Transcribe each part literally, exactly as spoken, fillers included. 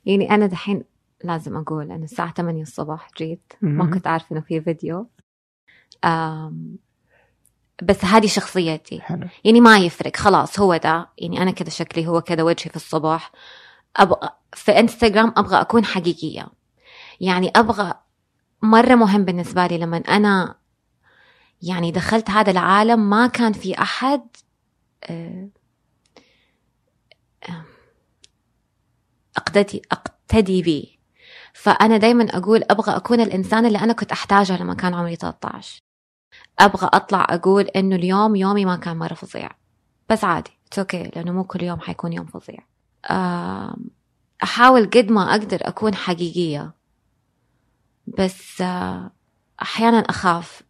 يعني أنا دحين لازم أقول أنا الساعة ثمانية الصباح جيت، ما كنت عارف إنه في فيديو. آم بس هذه شخصيتي. حلو. يعني ما يفرق، خلاص هو ده، يعني أنا كده شكلي، هو كده وجهي في الصباح. أبغى في إنستغرام أبغى أكون حقيقية. يعني أبغى، مرة مهم بالنسبة لي لما أنا يعني دخلت هذا العالم ما كان في أحد أقتدي أقتدي بي. فأنا دايما أقول أبغى أكون الإنسان اللي أنا كنت أحتاجه لما كان عمري ثلاثة عشر. أبغى أطلع أقول إنه اليوم يومي ما كان مرة فظيع، بس عادي أوكي، لأنه مو كل يوم حيكون يوم فظيع. أحاول قد ما أقدر أكون حقيقية، بس أحيانا أخاف.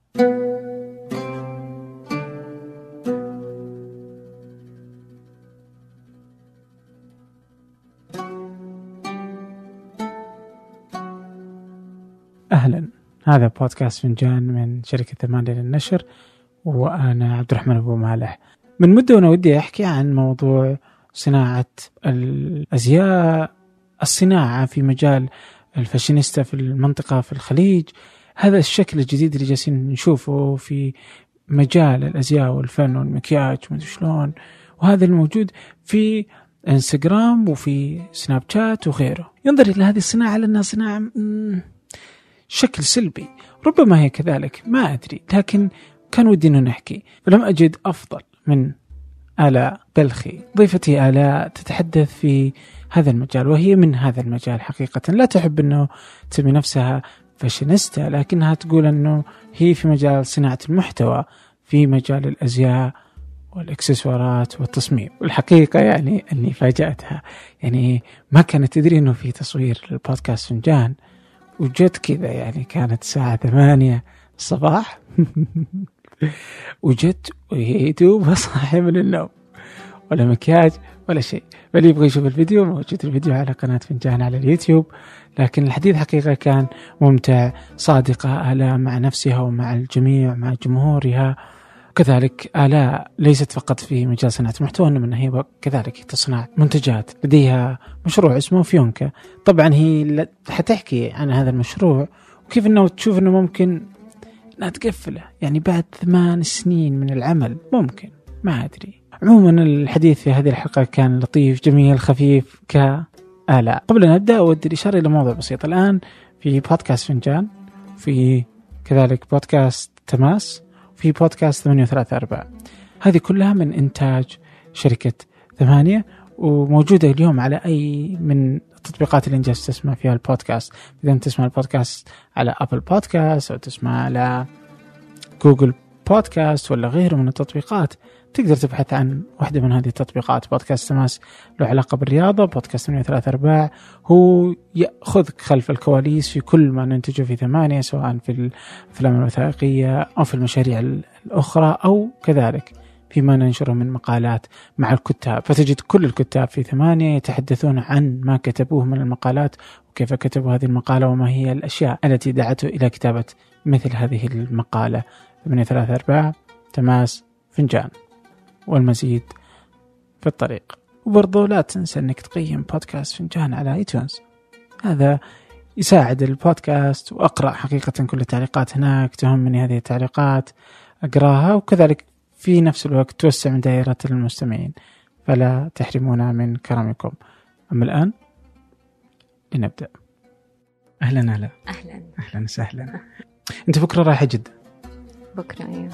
أهلا، هذا بودكاست فنجان من شركة ثمانية للنشر، وأنا عبد الرحمن أبو مالح. من مدة وأنا ودي أحكي عن موضوع صناعة الأزياء، الصناعة في مجال الفاشينيستا في المنطقة في الخليج. هذا الشكل الجديد اللي جالسين نشوفه في مجال الأزياء والفن والمكياج ومدري شلون، وهذا الموجود في انستغرام وفي سناب شات وغيره. ينظر إلى هذه الصناعة لأنها صناعة شكل سلبي، ربما هي كذلك، ما أدري، لكن كان ودي أن نحكي. فلم أجد أفضل من آلاء بلخي، ضيفتي آلاء تتحدث في هذا المجال، وهي من هذا المجال حقيقة. لا تحب أنه تسمي نفسها فاشينيستا، لكنها تقول أنه هي في مجال صناعة المحتوى، في مجال الأزياء والإكسسوارات والتصميم. والحقيقة يعني أني فاجأتها، يعني ما كانت تدري أنه في تصوير للبودكاست فنجان، وجدت كذا يعني كانت الساعة ثمانية الصباح وجدت وهي دوبها صاحية من النوم، ولا مكياج ولا شيء. بل يبغى يشوف الفيديو، موجود الفيديو على قناة فنجان على اليوتيوب. لكن الحديث حقيقة كان ممتع، صادقة آلاء مع نفسها ومع الجميع مع جمهورها. كذلك آلاء ليست فقط في مجال صناعة المحتوى، إنما هي كذلك تصنع منتجات، لديها مشروع اسمه فيونكا. طبعا هي حتحكي عن هذا المشروع وكيف إنه تشوف إنه ممكن إنها تقفله، يعني بعد ثمان سنين من العمل ممكن، ما أدري. عموما الحديث في هذه الحلقة كان لطيف جميل خفيف كآلاء. قبل أن نبدأ أود الإشارة إلى موضوع بسيط. الآن في بودكاست فنجان، في كذلك بودكاست تماس، في بودكاست ثمانية وثلاثة أرباع. هذه كلها من إنتاج شركة ثمانية، وموجودة اليوم على أي من التطبيقات اللي جالس تسمع فيها البودكاست. إذا تسمع البودكاست على أبل بودكاست أو تسمع على جوجل بودكاست ولا غيره من التطبيقات، تقدر تبحث عن واحدة من هذه التطبيقات. بودكاست تماس له علاقة بالرياضة، بودكاست ثمانية وثلاثة أرباع هو يأخذك خلف الكواليس في كل ما ننتجه في ثمانية، سواء في الأفلام الوثائقية أو في المشاريع الأخرى، أو كذلك فيما ننشره من مقالات مع الكتاب. فتجد كل الكتاب في ثمانية يتحدثون عن ما كتبوه من المقالات وكيف كتبوا هذه المقالة وما هي الأشياء التي دعته إلى كتابة مثل هذه المقالة. ثمانية وثلاثة أرباع، تماس، فنجان، والمزيد في الطريق. وبرضو لا تنسى أنك تقيم بودكاست فنجان على ايتونز، هذا يساعد البودكاست. وأقرأ حقيقة كل التعليقات هناك، تهمني هذه التعليقات أقراها، وكذلك في نفس الوقت توسع من دائرة المستمعين، فلا تحرمونا من كرمكم. أما الآن لنبدأ. أهلا أهلا أهلا أهلا سهلا. أنت بكرة رايحة جدة؟ بكرة أيوه.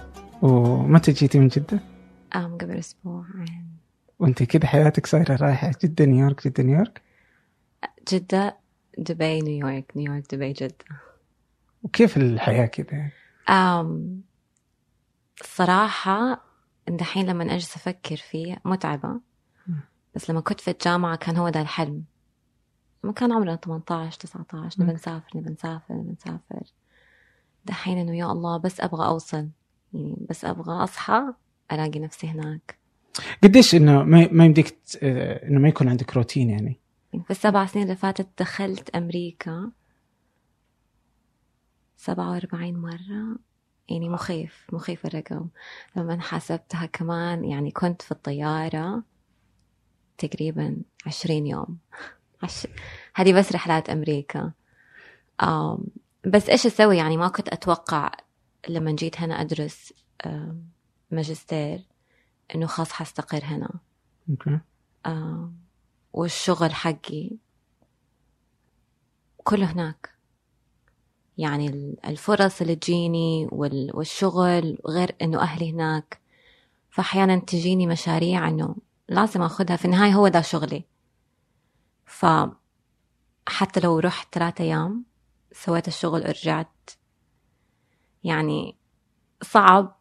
ومتى جيتي من جدة؟ أم قبل أسبوع. وأنت كده حياتك صايرة رايحة جدة نيويورك جدة نيويورك جدة دبي نيويورك نيويورك دبي جدة. وكيف الحياة كده؟ أم الصراحة دحين لما أجلس أفكر فيه متعبة، بس لما كنت في الجامعة كان هو ده الحلم. لما كان عمرنا ثمانية عشر تسعة عشر نبي نسافر نبي نسافر نبي نسافر. دحين إنه يا الله بس أبغى أوصل، يعني بس أبغى أصحى ألاقي نفسي هناك. قديش إنه ما ما يمديك إنه ما يكون عندك روتين يعني؟ في السبع سنين اللي فاتت دخلت أمريكا سبعة وأربعين مرة، يعني مخيف مخيف الرقم. لما حسبتها كمان يعني كنت في الطيارة تقريبا عشرين يوم. عش... هذه بس رحلات أمريكا. آم... بس إيش أسوي يعني؟ ما كنت أتوقع لما جيت هنا أدرس آم... ماجستير إنه خاص حستقر هنا. أوكي. آم... والشغل حقي كله هناك، يعني الفرص اللي تجيني والشغل، غير إنه أهلي هناك. فأحيانا تجيني مشاريع إنه لازم أخذها، في النهاية هو ده شغلي. فحتى لو رحت ثلاثة أيام سويت الشغل ورجعت، يعني صعب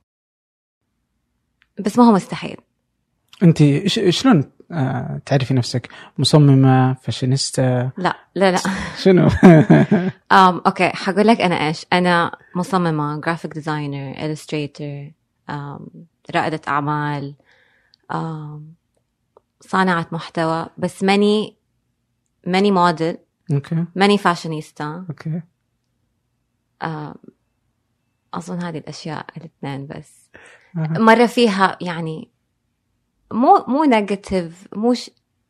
بس ما هو مستحيل. أنت شلون تعرفي نفسك؟ مصممة، فاشينيستا؟ لا لا لا شنو؟ um, أوكي حقول لك أنا إيش. أنا مصممة، graphic designer, illustrator, um, رائدة أعمال، um, صانعة محتوى، بس ماني ماني موديل. أوكي. ماني فاشينيستا. أوكي. um, أظن هذه الأشياء الاثنين بس. آه. مرة فيها يعني مو مو نيجاتيف، موش،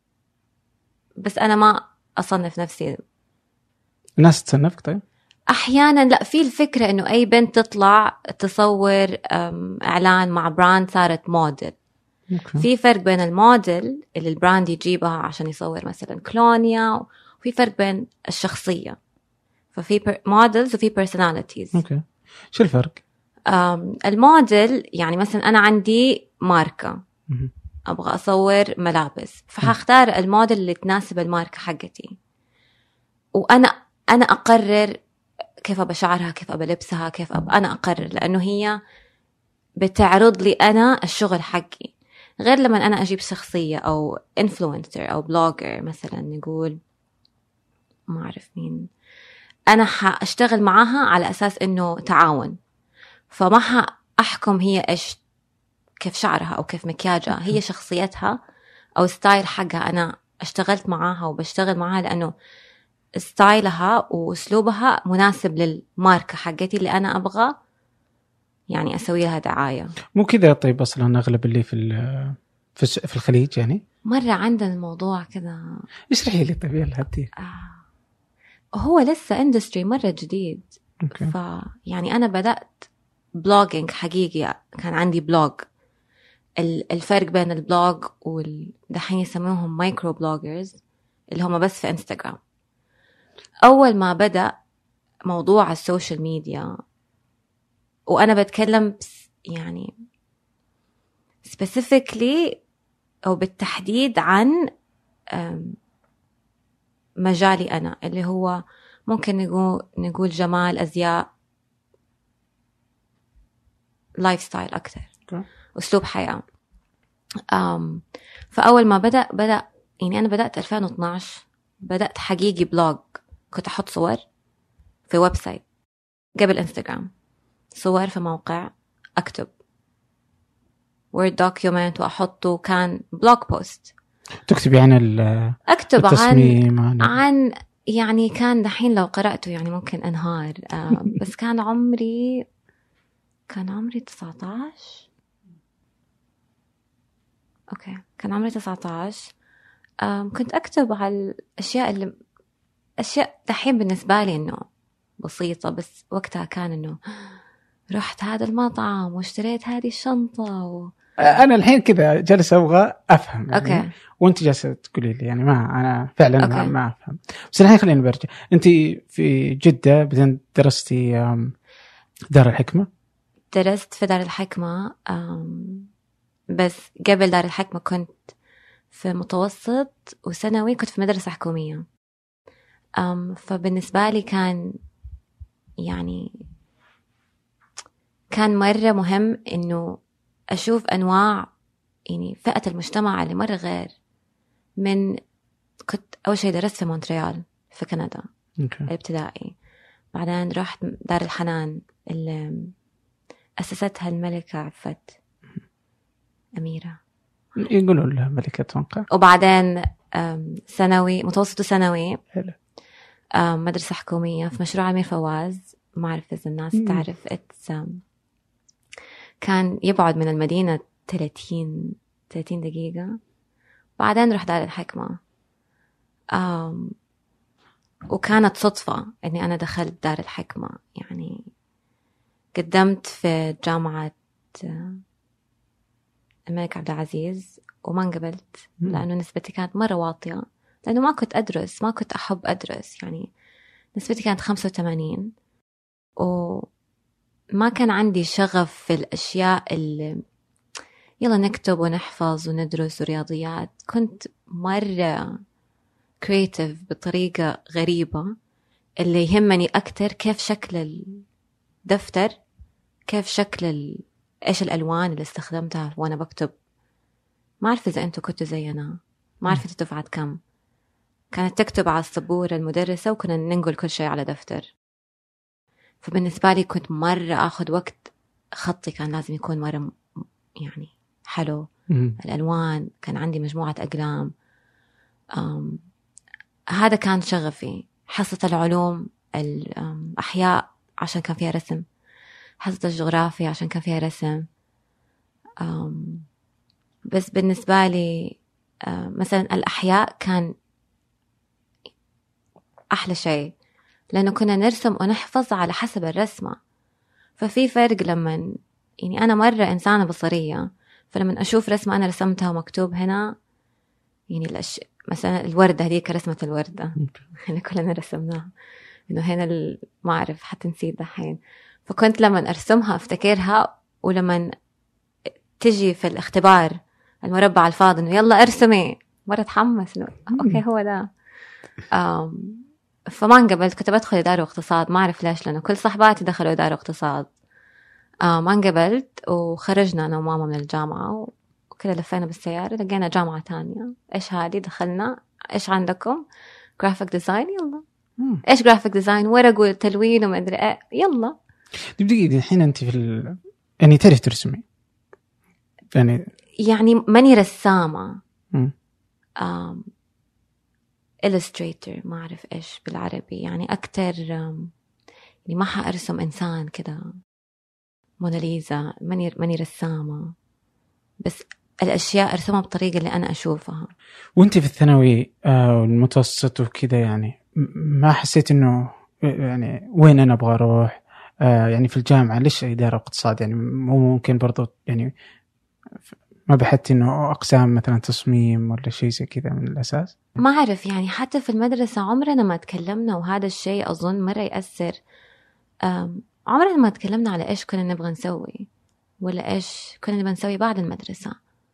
بس أنا ما أصنف نفسي. الناس تصنفك طيب؟ أحيانا لا، في الفكرة إنه أي بنت تطلع تصور إعلان مع براند صارت موديل. أوكي. في فرق بين الموديل اللي البراند يجيبها عشان يصور مثلا كلونيا، وفي فرق بين الشخصية. ففي موديلز وفي personalities. أوكي. شو الفرق؟ الموديل يعني مثلا أنا عندي ماركة م- أبغى أصور ملابس، فحختار الموديل اللي تناسب الماركة حقتي، وأنا أنا أقرر كيف أبى شعرها، كيف أبى لبسها، كيف أبى، أنا أقرر، لأنه هي بتعرض لي أنا الشغل حقي. غير لما أنا أجيب شخصية أو إنفلونسر أو بلوجر مثلا، نقول ما أعرف مين، أنا حأشتغل معاها على أساس إنه تعاون، فما حأحكم هي إيش، كيف شعرها أو كيف مكياجها. هي شخصيتها أو ستايل حقها أنا اشتغلت معاها وبشتغل معاها لأنه ستايلها وأسلوبها مناسب للماركة حقتي اللي أنا أبغى يعني أسوي لها دعاية. مو كذا طيب أصلا أغلب اللي في في في الخليج يعني مرة عندنا الموضوع كذا. اشرحي لي طيب يلا هدي. آه. هو لسه اندستري مرة جديد. أوكي. فيعني أنا بدأت بلوجينج حقيقي، كان عندي بلوج. الفرق بين البلوج والدحين يسموهم مايكرو بلوجرز اللي هم بس في انستغرام. أول ما بدأ موضوع السوشيال ميديا وأنا بتكلم يعني specifically أو بالتحديد عن مجالي أنا اللي هو ممكن نقول نقول جمال، أزياء، لايف ستايل أكثر، okay. أسلوب حياة. أم فأول ما بدأ بدأ يعني أنا بدأت ألفين واثناشر، بدأت حقيقي بلوج، كنت أحط صور في ويب سايت قبل إنستغرام، صور في موقع، أكتب وورد دوكيومنت وأحطه، كان بلوج بوست. تكتبي عن أكتب التصميم عن, عن يعني كان دحين لو قرأته يعني ممكن أنهار. بس كان عمري كان عمري تسعة عشر. أوكي كان عمري تسعة عشر. كنت أكتب على الأشياء اللي أشياء دحين بالنسبة لي إنه بسيطة، بس وقتها كان إنه رحت هذا المطعم واشتريت هذه الشنطة و... أنا الحين كذا جالس أبغى أفهم يعني. أوكي. وأنت جالسة تقولي لي يعني ما أنا فعلا أوكي. ما, ما أفهم. بس الحين خلينا برجع. أنت في جدة بعدين درستي دار الحكمة؟ درست في دار الحكمة، بس قبل دار الحكمة كنت في متوسط وثانوي، كنت في مدرسة حكومية. فبالنسبة لي كان يعني كان مرة مهم إنه أشوف أنواع يعني فئة المجتمع اللي مرة غير من. كنت أول شيء درست في مونتريال في كندا الابتدائي، بعدين رحت دار الحنان اللي أسستها الملكة عفت أميرة، يقولوا لها ملكة توقع. وبعدين ثانوي، متوسط وثانوي مدرسة حكومية في مشروع أمير فواز، ما أعرف إذا الناس م. تعرف. كان يبعد من المدينة ثلاثين دقيقة. بعدين رحت دار الحكمة. أم وكانت صدفة إني أنا دخلت دار الحكمة. يعني قدمت في جامعة الملك عبد العزيز وما انقبلت لأنه نسبتي كانت مرة واطية، لأنه ما كنت أدرس، ما كنت أحب أدرس. يعني نسبتي كانت خمسة وثمانين وما كان عندي شغف في الأشياء اللي يلا نكتب ونحفظ وندرس ورياضيات. كنت مرة كرياتيف بطريقة غريبة. اللي يهمني أكتر كيف شكل الدفتر، كيف شكل ال... إيش الألوان اللي استخدمتها وأنا بكتب. ما أعرف إذا أنتوا كنتوا زينا، ما أعرف إذا دفعت كم كانت تكتب على السبورة المدرسة وكنا ننقل كل شيء على دفتر. فبالنسبة لي كنت مرة أخذ وقت. خطي كان لازم يكون مرة يعني حلو. الألوان كان عندي مجموعة أقلام. أم هذا كان شغفي. حصة العلوم الأحياء عشان كان فيها رسم، حصة الجغرافيا عشان كان فيها رسم. أم بس بالنسبة لي مثلا الأحياء كان أحلى شيء، لأنه كنا نرسم ونحفظ على حسب الرسمة. ففي فرق لما يعني أنا مرة إنسانة بصرية، فلما أشوف رسمة أنا رسمتها ومكتوب هنا يعني الأش... مثلا الوردة هذيك رسمة الوردة احنا كلنا رسمناها، إنه هنا ال... ما أعرف حتى نسيت دحين. فكنت لما أرسمها أفتكرها، ولما تجي في الاختبار المربع الفاضي إنه يلا أرسمي، مرة تحمس إنه أوكي هو ده. أم... فما انقبلت. كنت بدخل إدارة واقتصاد، ما أعرف ليش، لأنه كل صحباتي دخلوا إدارة واقتصاد. آه ما انقبلت وخرجنا أنا وماما من الجامعة وكده لفينا بالسيارة لقينا جامعة تانية. إيش هذه؟ دخلنا إيش عندكم؟ جرافيك ديزاين. يلا مم. إيش جرافيك ديزاين؟ ورق وتلوين وما أدري إيه. يلا دقيقة الحين أنت في ال... يعني تعرف ترسمي يعني يعني ماني رسامة. آم... illustrator ما أعرف إيش بالعربي يعني أكتر. آم... يعني ما حأرسم إنسان كده موناليزا. ماني ماني رسامة، بس الأشياء أرسمها بطريقة اللي أنا أشوفها. وأنت في الثانوي والمتوسط وكذا يعني ما حسيت إنه يعني وين أنا أبغى أروح؟ آه يعني في الجامعة ليش إدارة اقتصاد؟ يعني مو ممكن برضو يعني ما بحثت إنه أقسام مثلا تصميم ولا شيء زي كذا من الأساس؟ ما أعرف يعني حتى في المدرسة عمرنا ما تكلمنا، وهذا الشيء أظن مرة يأثر. عمرنا ما تكلمنا على إيش كنا نبغى نسوي ولا إيش كنا نبغى نسوي بعد المدرسة.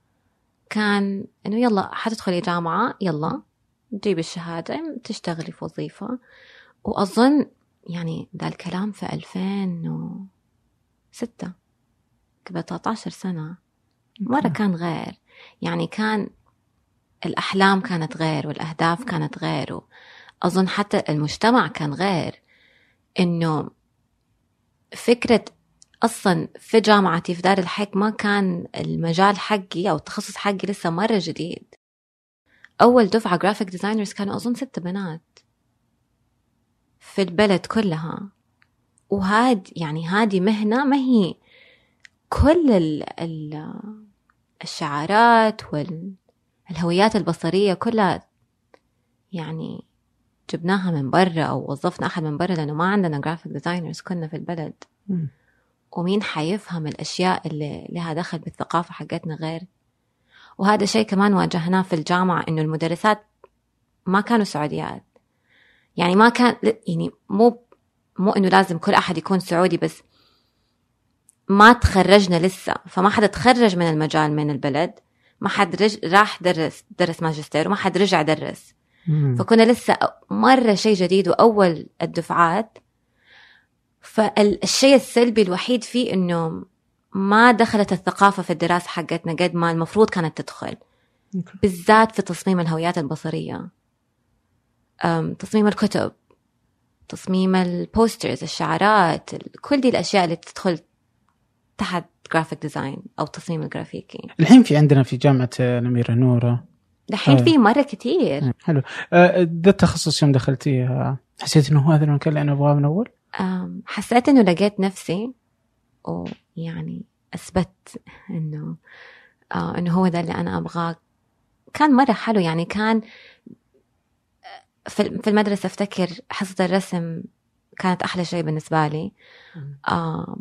كان إنه يلا حتدخلي جامعة، يلا تجيبي الشهادة تشتغلي في وظيفة. وأظن يعني ده الكلام في ألفين وستة قبل ثلاثة عشر سنة. مرة كان غير. يعني كان الأحلام كانت غير والأهداف كانت غير. أظن حتى المجتمع كان غير. إنه فكرة أصلا في جامعتي في دار الحكمة كان المجال حقي أو التخصص حقي لسه مرة جديد. أول دفعة جرافيك ديزاينرز كانوا أظن ست بنات في البلد كلها. وهاد يعني هذه مهنة ما هي كل ال ال الشعارات والهويات البصرية كلها يعني جبناها من برا أو وظفنا أحد من برا، لأنه ما عندنا جرافيك ديزاينرز كنا في البلد. م. ومين حيفهم الأشياء اللي لها دخل بالثقافة حقتنا غير. وهذا شيء كمان واجهناه في الجامعة، إنه المدرسات ما كانوا سعوديات. يعني ما كان يعني مو مو إنه لازم كل أحد يكون سعودي، بس ما تخرجنا لسه، فما حد تخرج من المجال من البلد، ما حد رج... راح درس درس ماجستير وما حد رجع درس. مم. فكنا لسه مرة شيء جديد وأول الدفعات. فالشيء السلبي الوحيد فيه إنه ما دخلت الثقافة في الدراسة حقتنا قد ما المفروض كانت تدخل. مم. بالذات في تصميم الهويات البصرية، تصميم الكتب، تصميم البوسترز، الشعارات، كل دي الأشياء اللي تدخل تحت جرافيك ديزاين أو تصميم الجرافيكي. الحين في عندنا في جامعة الأميرة نورة الحين في مرة كتير. حلو. ده التخصص يوم دخلتيه حسيت إنه هذا المكان اللي أنا أبغاه من أول؟ حسيت إنه لقيت نفسي، ويعني أثبت إنه آه إنه هو ده اللي أنا أبغاه. كان مرة حلو. يعني كان في المدرسة أفتكر حصة الرسم كانت أحلى شيء بالنسبة لي. آه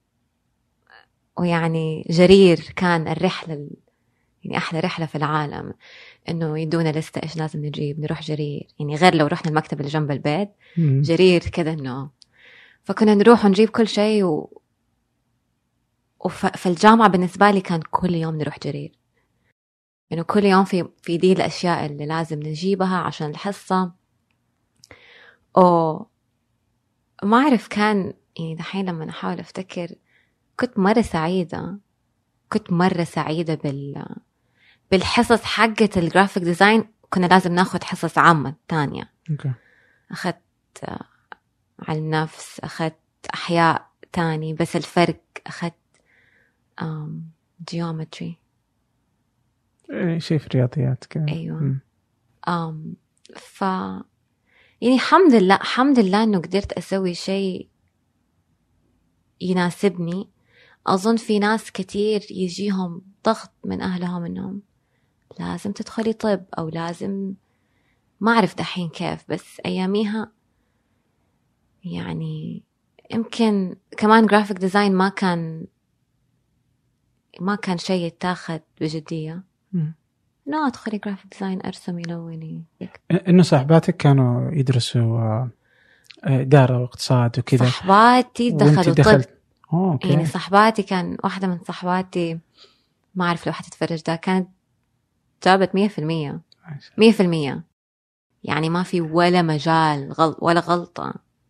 ويعني جرير كان الرحلة يعني أحلى رحلة في العالم، إنه يدونا لستة إيش لازم نجيب، نروح جرير يعني غير لو رحنا المكتب اللي جنب البيت جرير كذا إنه، فكنا نروح ونجيب كل شيء و... وفي الجامعة بالنسبة لي كان كل يوم نروح جرير، إنه كل يوم في في دي الأشياء اللي لازم نجيبها عشان الحصة. أو ما أعرف كان يعني دحين لما أحاول أفتكر كنت مرة سعيدة، كنت مرة سعيدة بال بالحصص حقة الجرافيك ديزاين. كنا لازم ناخد حصص عامة تانية. okay. أخذت على النفس، أخذت أحياء تاني، بس الفرق أخذت جيومتري شيء في الرياضيات كده. أيوة. أم ف يعني الحمد لله الحمد لله إنه قدرت أسوي شيء يناسبني. أظن في ناس كتير يجيهم ضغط من أهلهم إنهم لازم تدخلي طب أو لازم، ما أعرف دحين كيف، بس أياميها يعني يمكن كمان جرافيك ديزاين ما كان ما كان شيء يتاخد بجدية. لا أدخلي جرافيك ديزاين أرسمي لوني. إنه صاحباتك كانوا يدرسوا إدارة واقتصاد وكذا؟ صاحباتي دخلوا طب. أوكي. يعني صاحباتي كان واحدة من صاحباتي ما أعرف لو حتتفرج ده كانت جابت مية في المية مية في المية يعني ما في ولا مجال غل ولا غلطة.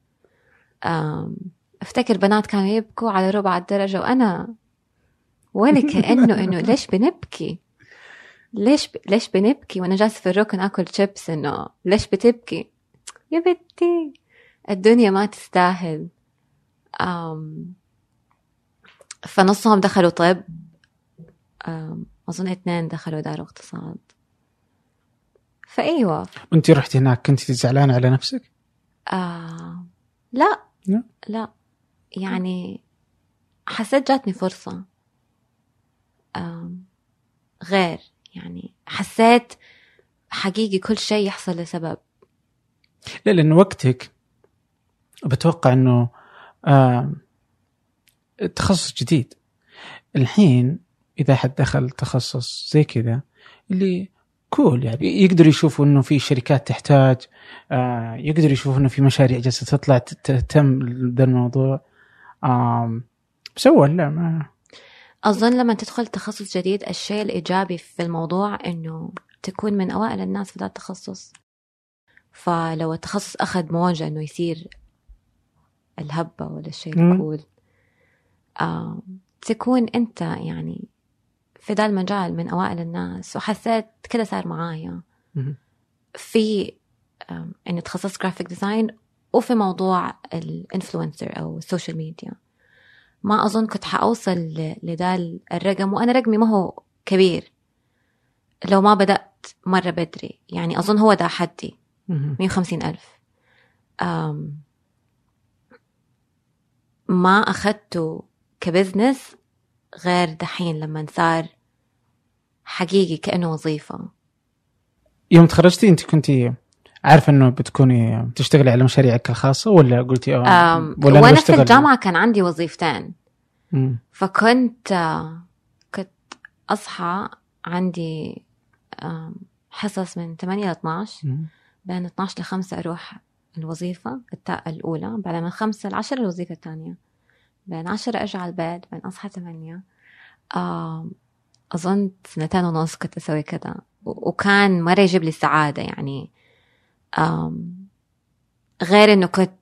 أفتكر بنات كانوا يبكوا على ربع الدرجة وأنا ولا كأنه إنه ليش بنبكي ليش ب... ليش بنبكي وأنا جالسة في الركن أكل شيبس، إنه ليش بتبكي يا بنتي الدنيا ما تستاهل. أم... فنصهم دخلوا طب، أم... أظن اثنين دخلوا دار اقتصاد. فأيوة. وانتي رحتي هناك كنتي زعلانة على نفسك؟ آه... لا لا لا يعني حسيت جاتني فرصة أم... غير يعني حسيت حقيقي كل شيء يحصل لسبب. لا لأن وقتك بتوقع أنه آه تخصص جديد. الحين إذا حد دخل تخصص زي كذا اللي كول يعني يقدر يشوفوا أنه في شركات تحتاج، آه يقدر يشوفوا أنه في مشاريع جالسة تطلع تهتم ذا الموضوع. آه بس أول لا ما أظن لما تدخل تخصص جديد الشيء الإيجابي في الموضوع إنه تكون من أوائل الناس في ذا التخصص. فلو التخصص أخذ موجة إنه يصير الهبة ولا الشيء الكول، آه تكون أنت يعني في ذا المجال من أوائل الناس. وحسيت كده صار معايا في آه إني تخصص جرافيك ديزاين وفي موضوع الانفلونسر أو السوشيال ميديا. ما أظن كنت حأوصل لذا الرقم، وأنا رقمي ما هو كبير لو ما بدأت مرة بدري. يعني أظن هو ده حدي مية وخمسين ألف. أم ما أخذته كبزنس غير دحين لما صار حقيقي كأنه وظيفة. يوم تخرجتي أنت كنتي عارفة أنه بتكوني تشتغلي على مشاريعك الخاصة ولا قلتي أه ولا وأنا في الجامعة كان عندي وظيفتين. مم. فكنت كنت أصحى عندي حصص من ثمانية لاثناش، بين اثناش لخمسة أروح الوظيفة الأولى، بعد من خمسة لعشرة الوظيفة الثانية، بين عشرة أرجع على البيت، بين أصحى ثمانية. أظن سنتين ونص كنت أسوي كده، وكان مرة يجيب لي سعادة يعني. غير إنه كنت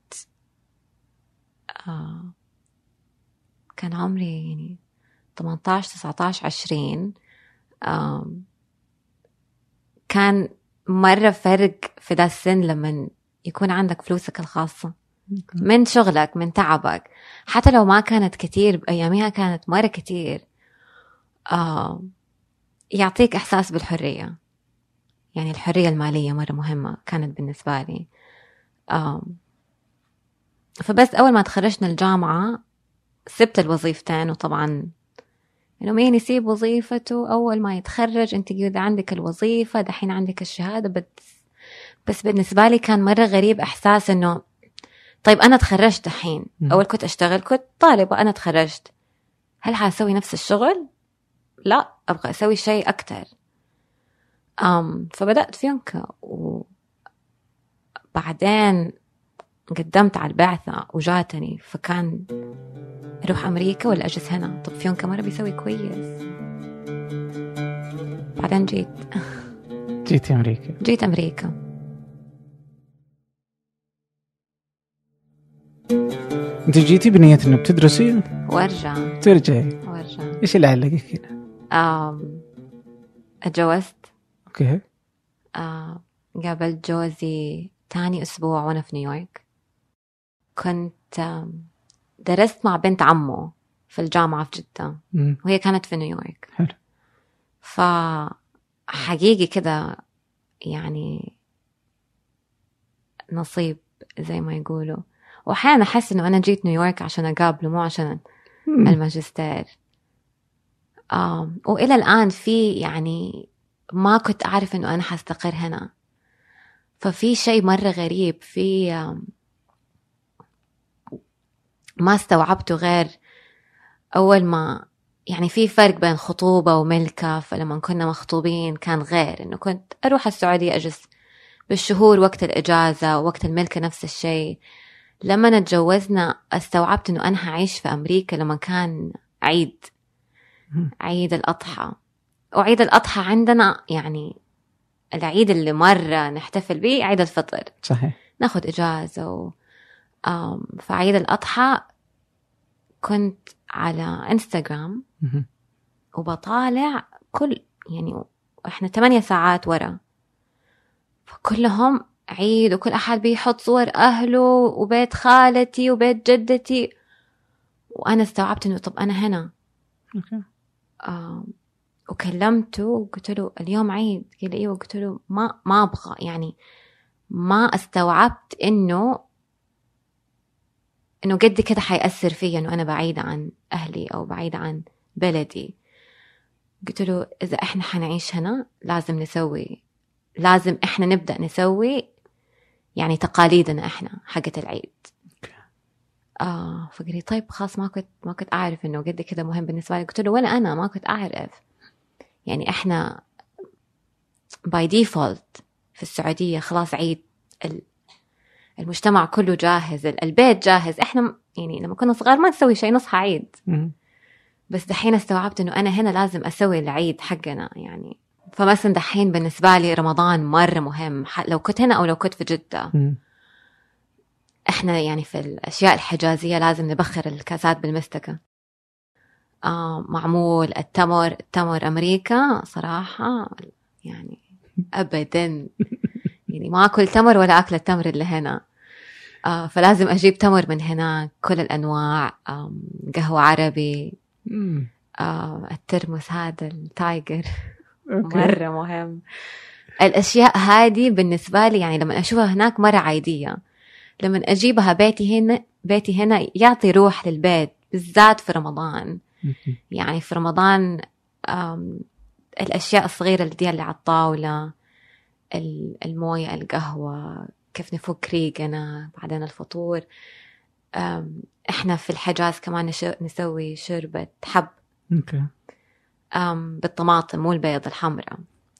كان عمري يعني ثمانية عشر تسعة عشر عشرين، كان مرة فرق في ذا السن لما يكون عندك فلوسك الخاصة من شغلك من تعبك، حتى لو ما كانت كتير بأيامها كانت مرة كتير. آه يعطيك إحساس بالحرية، يعني الحرية المالية مرة مهمة كانت بالنسبة لي. آه فبس أول ما تخرجنا الجامعة سبت الوظيفتين، وطبعا إنه مين يسيب وظيفته أول ما يتخرج؟ أنت إذا عندك الوظيفة دحين عندك الشهادة، بس بس بالنسبة لي كان مرة غريب إحساس إنه طيب أنا تخرجت الحين، أول كنت أشتغل كنت طالبة، أنا تخرجت، هل حاسوي نفس الشغل؟ لا، أبغى أسوي شيء أكتر. أم فبدأت فيونكا، وبعدين قدمت على البعثة وجاتني، فكان أروح أمريكا ولا أجلس هنا؟ طب فيونكا مرة بيسوي كويس. بعدين جيت جيت أمريكا. جيت أمريكا. أنت جيتي بنية إنه بتدرسي وأرجع ترجعي وأرجع. إيش اللي علقك هنا؟ أم اتجوزت. أوكي. أم قابلت جوزي تاني أسبوع وأنا في نيويورك. كنت درست مع بنت عمه في الجامعة في جدة، مم. وهي كانت في نيويورك. حلو. فحقيقي كده يعني نصيب زي ما يقولوا. وأحيانا أحس إنه أنا جيت نيويورك عشان أقابله، مو عشان مم. الماجستير. آم وإلى الآن في يعني ما كنت أعرف إنه أنا حستقر هنا. ففي شيء مرة غريب، في ما استوعبته غير أول ما يعني في فرق بين خطوبة وملكة. فلما كنا مخطوبين كان غير، إنه كنت أروح السعودية أجلس بالشهور وقت الإجازة، ووقت الملكة نفس الشيء. لما نتجوزنا استوعبت إنه أنا هعيش في أمريكا لما كان عيد عيد الأضحى. وعيد الأضحى عندنا يعني العيد اللي مرة نحتفل به عيد الفطر، صحيح، ناخد إجازة و... فعيد الأضحى كنت على إنستغرام وبطالع كل يعني إحنا ثمانية ساعات ورا، فكلهم عيد وكل أحد بيحط صور أهله وبيت خالتي وبيت جدتي. وأنا استوعبت إنه طب أنا هنا. أوكي. آه وكلمته وقلت له اليوم عيد، قال لي إيوه. قلت له ما ما أبغى، يعني ما استوعبت إنه إنه قد كده حيأثر فيا إنه أنا بعيدة عن أهلي أو بعيدة عن بلدي. قلت له إذا إحنا حنعيش هنا لازم نسوي لازم إحنا نبدأ نسوي يعني تقاليدنا إحنا حقة العيد. آه فقال لي طيب خلاص، ما كنت ما كنت أعرف إنه قد كده مهم بالنسبة لي. قلت له ولا أنا ما كنت أعرف، يعني إحنا by default في السعودية خلاص عيد، المجتمع كله جاهز، البيت جاهز. إحنا يعني لما كنا صغار ما نسوي شيء، نصحى عيد. بس دحين استوعبت إنه أنا هنا لازم أسوي العيد حقنا يعني. فمثلا دحين بالنسبة لي رمضان مرة مهم، لو كنت هنا أو لو كنت في جدة. م. إحنا يعني في الأشياء الحجازية لازم نبخر الكاسات بالمستكة. آه معمول التمر التمر أمريكا صراحة يعني أبدا يعني ما أكل تمر ولا أكل التمر اللي هنا. آه فلازم أجيب تمر من هنا كل الأنواع. آه قهوة عربي، آه الترمس هذا التايجر مرة مهم. الأشياء هذه بالنسبة لي يعني لما أشوفها هناك مرة عادية، لما أجيبها بيتي هنا بيتي هنا يعطي روح للبيت، بالذات في رمضان. يعني في رمضان الأشياء الصغيرة اللي دي اللي على الطاولة، الموية، القهوة، كيف نفك ريقنا بعدين الفطور. إحنا في الحجاز كمان نسوي شوربة حب بالطماطم مو البيض، الحمراء.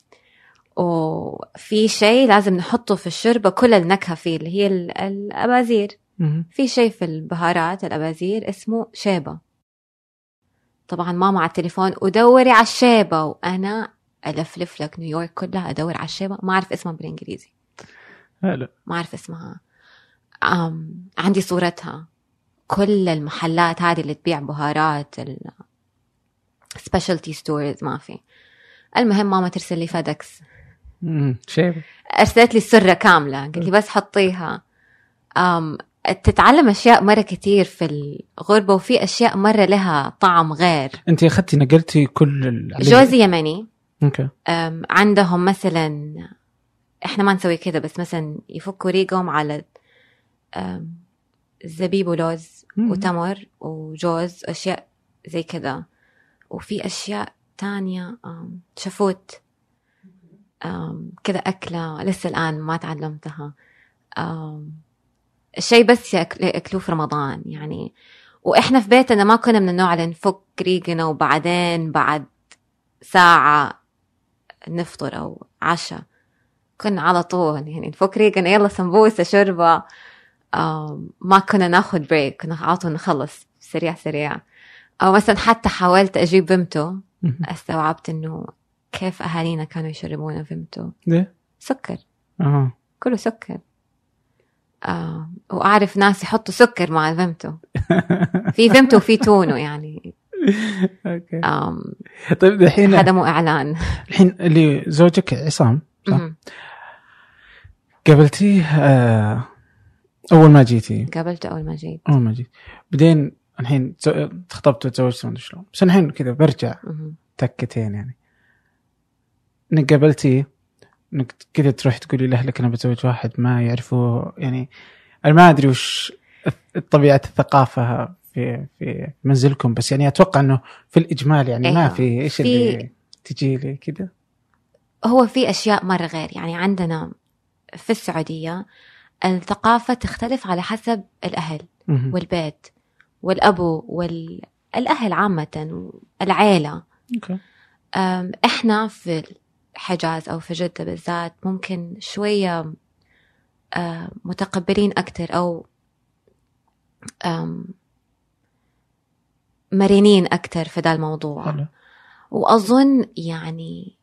وفي شيء لازم نحطه في الشوربة كل النكهة فيه اللي هي الأبازير. في شيء في البهارات الأبازير اسمه شيبة. طبعا ماما على التليفون ودوري على الشيبة، وأنا ألفلف لك نيويورك كلها أدور على الشيبة، ما أعرف اسمها بالإنجليزي. هلا ما أعرف اسمها. أم عندي صورتها. كل المحلات هذه اللي تبيع بهارات specialty stores ما في. المهم ماما ترسل لي فادكس شيبة، أرسلت لي السرة كاملة، قلت لي بس حطيها. أم تتعلم أشياء مرة كتير في الغربة، وفي أشياء مرة لها طعم غير. أنت أخذتي نقلتي كل جوزي يمني. أوكي. عندهم مثلا إحنا ما نسوي كده، بس مثلا يفكوا ريقهم على زبيب ولوز وتمر وجوز، أشياء زي كده. وفي أشياء تانية شفوت. كذا أكلة لسه الآن ما تعلمتها. الشيء بس يأكلوه في رمضان يعني. وإحنا في بيتنا ما كنا من النوع اللي نفك ريقنا وبعدين بعد ساعة نفطر أو عشاء. كنا على طول يعني نفك ريقنا يلا سمبوسة شربة. ما كنا ناخد بريك، كنا على طول نخلص سريع سريع. أو مثلا حتى حاولت أجيب فيمتو، استوعبت إنه كيف أهالينا كانوا يشربون فيمتو. ليه؟ سكر. أه. كله سكر. آه. وأعرف ناس يحطوا سكر مع الفيمتو. في فيمتو وفي تونو يعني. أوكي. طيب الحين هذا مو إعلان. الحين اللي زوجك عصام صح؟ قابلتيه آه أول ما جيتي؟ قابلته أول ما جيت. أول ما جيت. بعدين الحين تخطبت وتزوجت ما شلون، بس الحين كذا برجع تكتين يعني. إنك قابلتيه إنك كذا تروح تقولي لأهلك أنا بتزوج واحد ما يعرفوا يعني. أنا ما أدري وش طبيعة الثقافة في في منزلكم، بس يعني أتوقع إنه في الإجمال يعني أيوة. ما في إيش في اللي تجي لي كذا. هو في أشياء مرة غير يعني. عندنا في السعودية الثقافة تختلف على حسب الأهل م- والبيت والأبو والأهل عامة العائلة. okay. إحنا في الحجاز أو في جدة بالذات ممكن شوية متقبلين أكتر أو مرنين أكتر في ذا الموضوع. حلو. وأظن يعني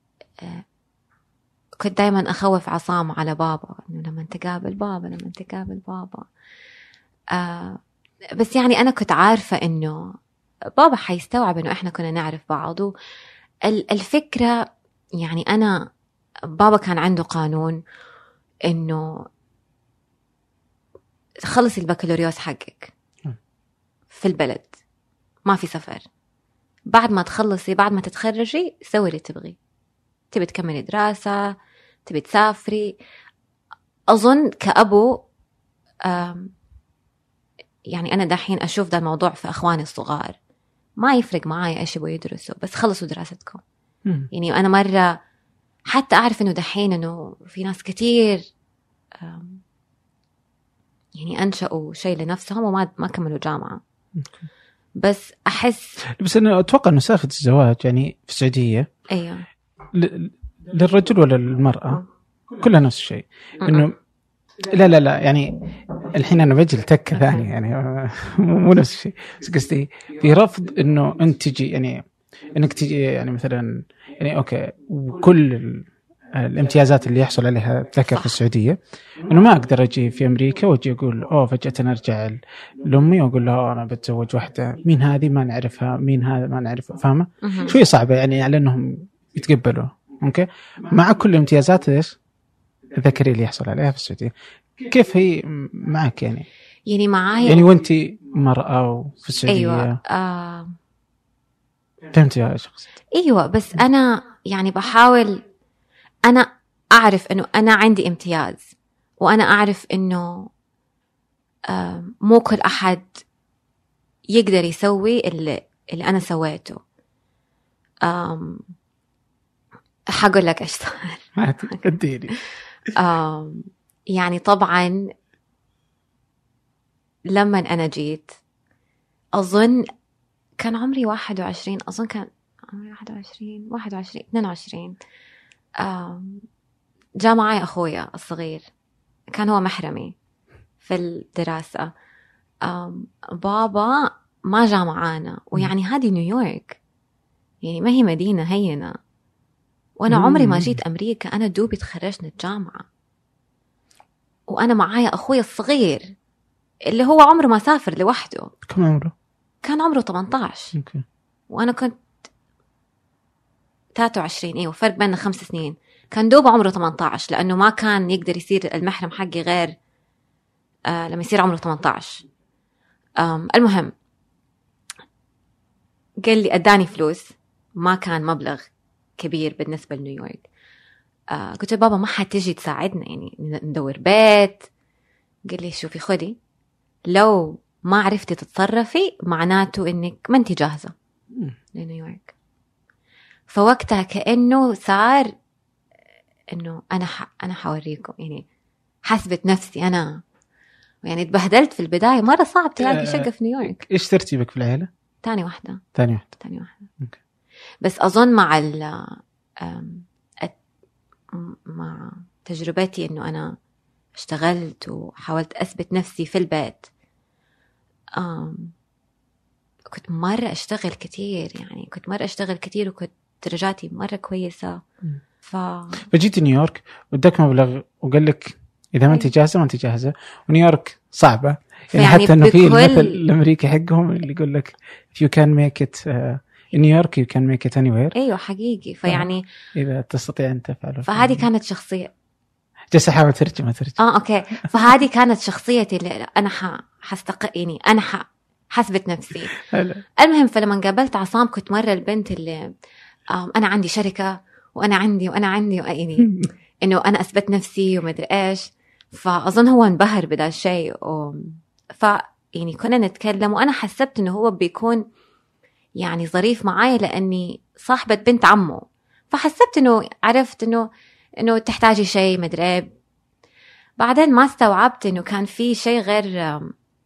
كنت دايما أخوف عصام على بابا إنه لما تقابل بابا لما تقابل بابا آه بس يعني أنا كنت عارفة إنه بابا حيستوعب إنه إحنا كنا نعرف بعض. الفكرة يعني أنا بابا كان عنده قانون إنه خلصي البكالوريوس حقك في البلد، ما في سفر. بعد ما تخلصي بعد ما تتخرجي سوي اللي تبغي. تبي تكملي دراسة، تبي تسافري. أظن كأبو يعني أنا دحين أشوف ده الموضوع في أخواني الصغار، ما يفرق معايا إيش يبغوا يدرسوا بس خلصوا دراستكم. م. يعني أنا مرة حتى أعرف إنه دحين إنه في ناس كتير يعني أنشأوا شيء لنفسهم وما ما كملوا جامعة. بس أحس بس أنا أتوقع إنه سالفة الزواج يعني في السعودية أيوة ل... للرجل ولا للمرأة كلها نفس الشيء. إنه لا لا لا يعني الحين أنا بجي لتك ثاني يعني مو نفس الشيء، بس قصدي في رفض إنه أنت تجي يعني إنك تجي يعني مثلا يعني أوكي وكل الامتيازات اللي يحصل عليها ذكر في السعودية، إنه ما أقدر أجي في أمريكا وأجي أقول أوه فجأة أرجع لأمي وأقول لها أنا بتزوج واحدة مين هذه ما نعرفها مين هذا ما نعرفها. فاهمة شوية صعبة يعني على أنهم يتقبلوا. أوكي مع كل الامتيازات إيش الذكري اللي يحصل عليها في السعودية. كيف هي معك يعني يعني معايا يعني وأنتي مرأة في السعودية؟ أيوة آه... فهمت يا شخص. أيوة بس أنا يعني بحاول أنا أعرف أنه أنا عندي امتياز وأنا أعرف أنه آه مو كل أحد يقدر يسوي اللي, اللي أنا سويته. آم حقول لك إيش صار اديني. يعني طبعا لما أنا جيت أظن كان عمري واحد وعشرين أظن كان عمري واحد وعشرين واحد وعشرين اثنين وعشرين. جاء معي أخويا الصغير كان هو محرمي في الدراسة. بابا ما جاء معانا ويعني هذه نيويورك يعني ما هي مدينة هينة وأنا عمري ما جيت أمريكا. أنا دوبي تخرجنا الجامعة وأنا معايا أخويا الصغير اللي هو عمره ما سافر لوحده. كم عمره؟ كان عمره ثمانية عشر okay. وأنا كنت ثلاثة وعشرين. أيوة فرق بيننا خمس سنين. كان دوب عمره ثمانية عشر لأنه ما كان يقدر يصير المحرم حقي غير آه لما يصير عمره ثمانية عشر. المهم قال لي أداني فلوس ما كان مبلغ كبير بالنسبة لنيويورك. آه قلت بابا ما حتجي تساعدنا يعني ندور بيت. قال لي شوفي خدي لو ما عرفتي تتصرفي معناته إنك ما انتي جاهزة لنيويورك. فوقتها كأنه صار إنه أنا ح... أنا حوريكم يعني حسبت نفسي أنا يعني تبهدلت في البداية مرة صعب تلاقي شقة في نيويورك. إيش ترتيبك في العيلة؟ تاني واحدة. تاني واحدة. تاني واحدة. أوكي. بس أظن مع ال مع تجربتي إنه أنا اشتغلت وحاولت أثبت نفسي في البيت، أم كنت مرة أشتغل كتير يعني كنت مرة أشتغل كتير وكنت درجاتي مرة كويسة. ف... فجيت نيويورك ودك مبلغ وقال لك إذا ما أنت جاهزة ما أنت جاهزة، ونيويورك صعبة يعني, يعني حتى إنه في المثل الأمريكي حقهم اللي يقول لك if you can make it uh, in New York you can make it anywhere. أيوة حقيقي. فيعني إذا تستطيع أن تفعله. فهذه كانت شخصية جالس أحاول ترجم ترجم آه أوكي. فهذه كانت شخصيتي اللي أنا ح... حستق يعني أنا ح... حسبت نفسي. المهم فلما قابلت عصام كنت مرة البنت اللي أنا عندي شركة وأنا عندي وأنا عندي يعني إنه أنا أثبت نفسي وما أدري إيش. فأظن هو انبهر بدا الشيء و... ف يعني كنا نتكلم وأنا حسبت إنه هو بيكون يعني ظريف معايا لأني صاحبة بنت عمه. فحسبت إنه عرفت إنه إنه تحتاجي شيء ما أدري إيه. بعدين ما استوعبت إنه كان في شيء غير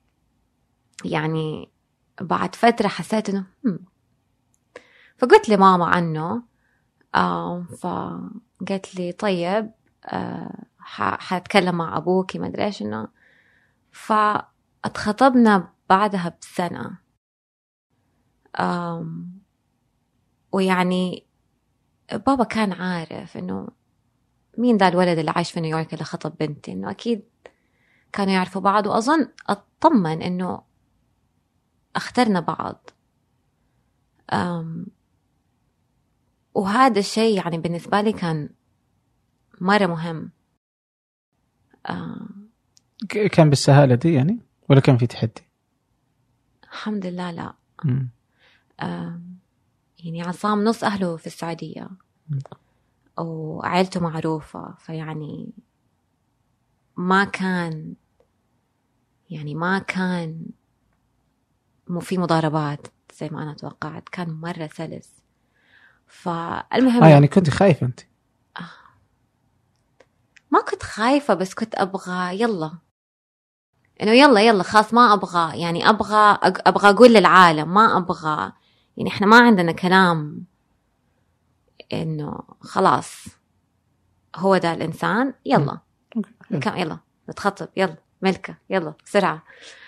يعني. بعد فترة حسيت إنه هم. فقلت لي ماما عنه آه فقالت لي طيب آه حاتكلم مع أبوكي ما أدري إيش إنه. فاتخطبنا بعدها بسنة آه ويعني بابا كان عارف إنه مين ذا الولد اللي عايش في نيويورك اللي خطب بنتي، إنه أكيد كانوا يعرفوا بعض. وأظن أطمن إنه اخترنا بعض. أم وهذا الشيء يعني بالنسبة لي كان مرة مهم. أم كان بالسهالة دي يعني ولا كان في تحدي؟ الحمد لله لا. أم يعني عصام نص أهله في السعودية وعائلته معروفة، فيعني ما كان يعني ما كان مو في مضاربات زي ما أنا توقعت. كان مرة سلس. فالمهم آه يعني كنت خايفة أنت؟ آه ما كنت خايفة بس كنت أبغى يلا إنه يلا يلا خلاص ما أبغى يعني أبغى أبغى أقول للعالم ما أبغى يعني إحنا ما عندنا كلام إنه خلاص هو ده الإنسان يلا كم يلا نتخطب يلا ملكة يلا بسرعة.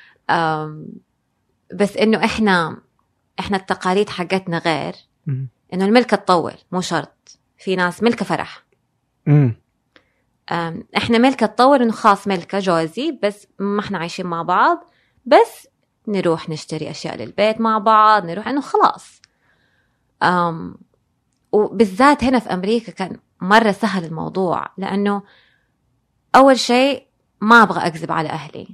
بس إنه إحنا إحنا التقاليد حقتنا غير. إنه الملكة تطول مو شرط. في ناس ملكة فرح. إحنا ملكة تطول إنه خاص ملكة جوزي بس ما إحنا عايشين مع بعض بس نروح نشتري أشياء للبيت مع بعض نروح إنه خلاص. أم وبالذات هنا في أمريكا كان مرة سهل الموضوع لأنه أول شيء ما أبغى أكذب على أهلي.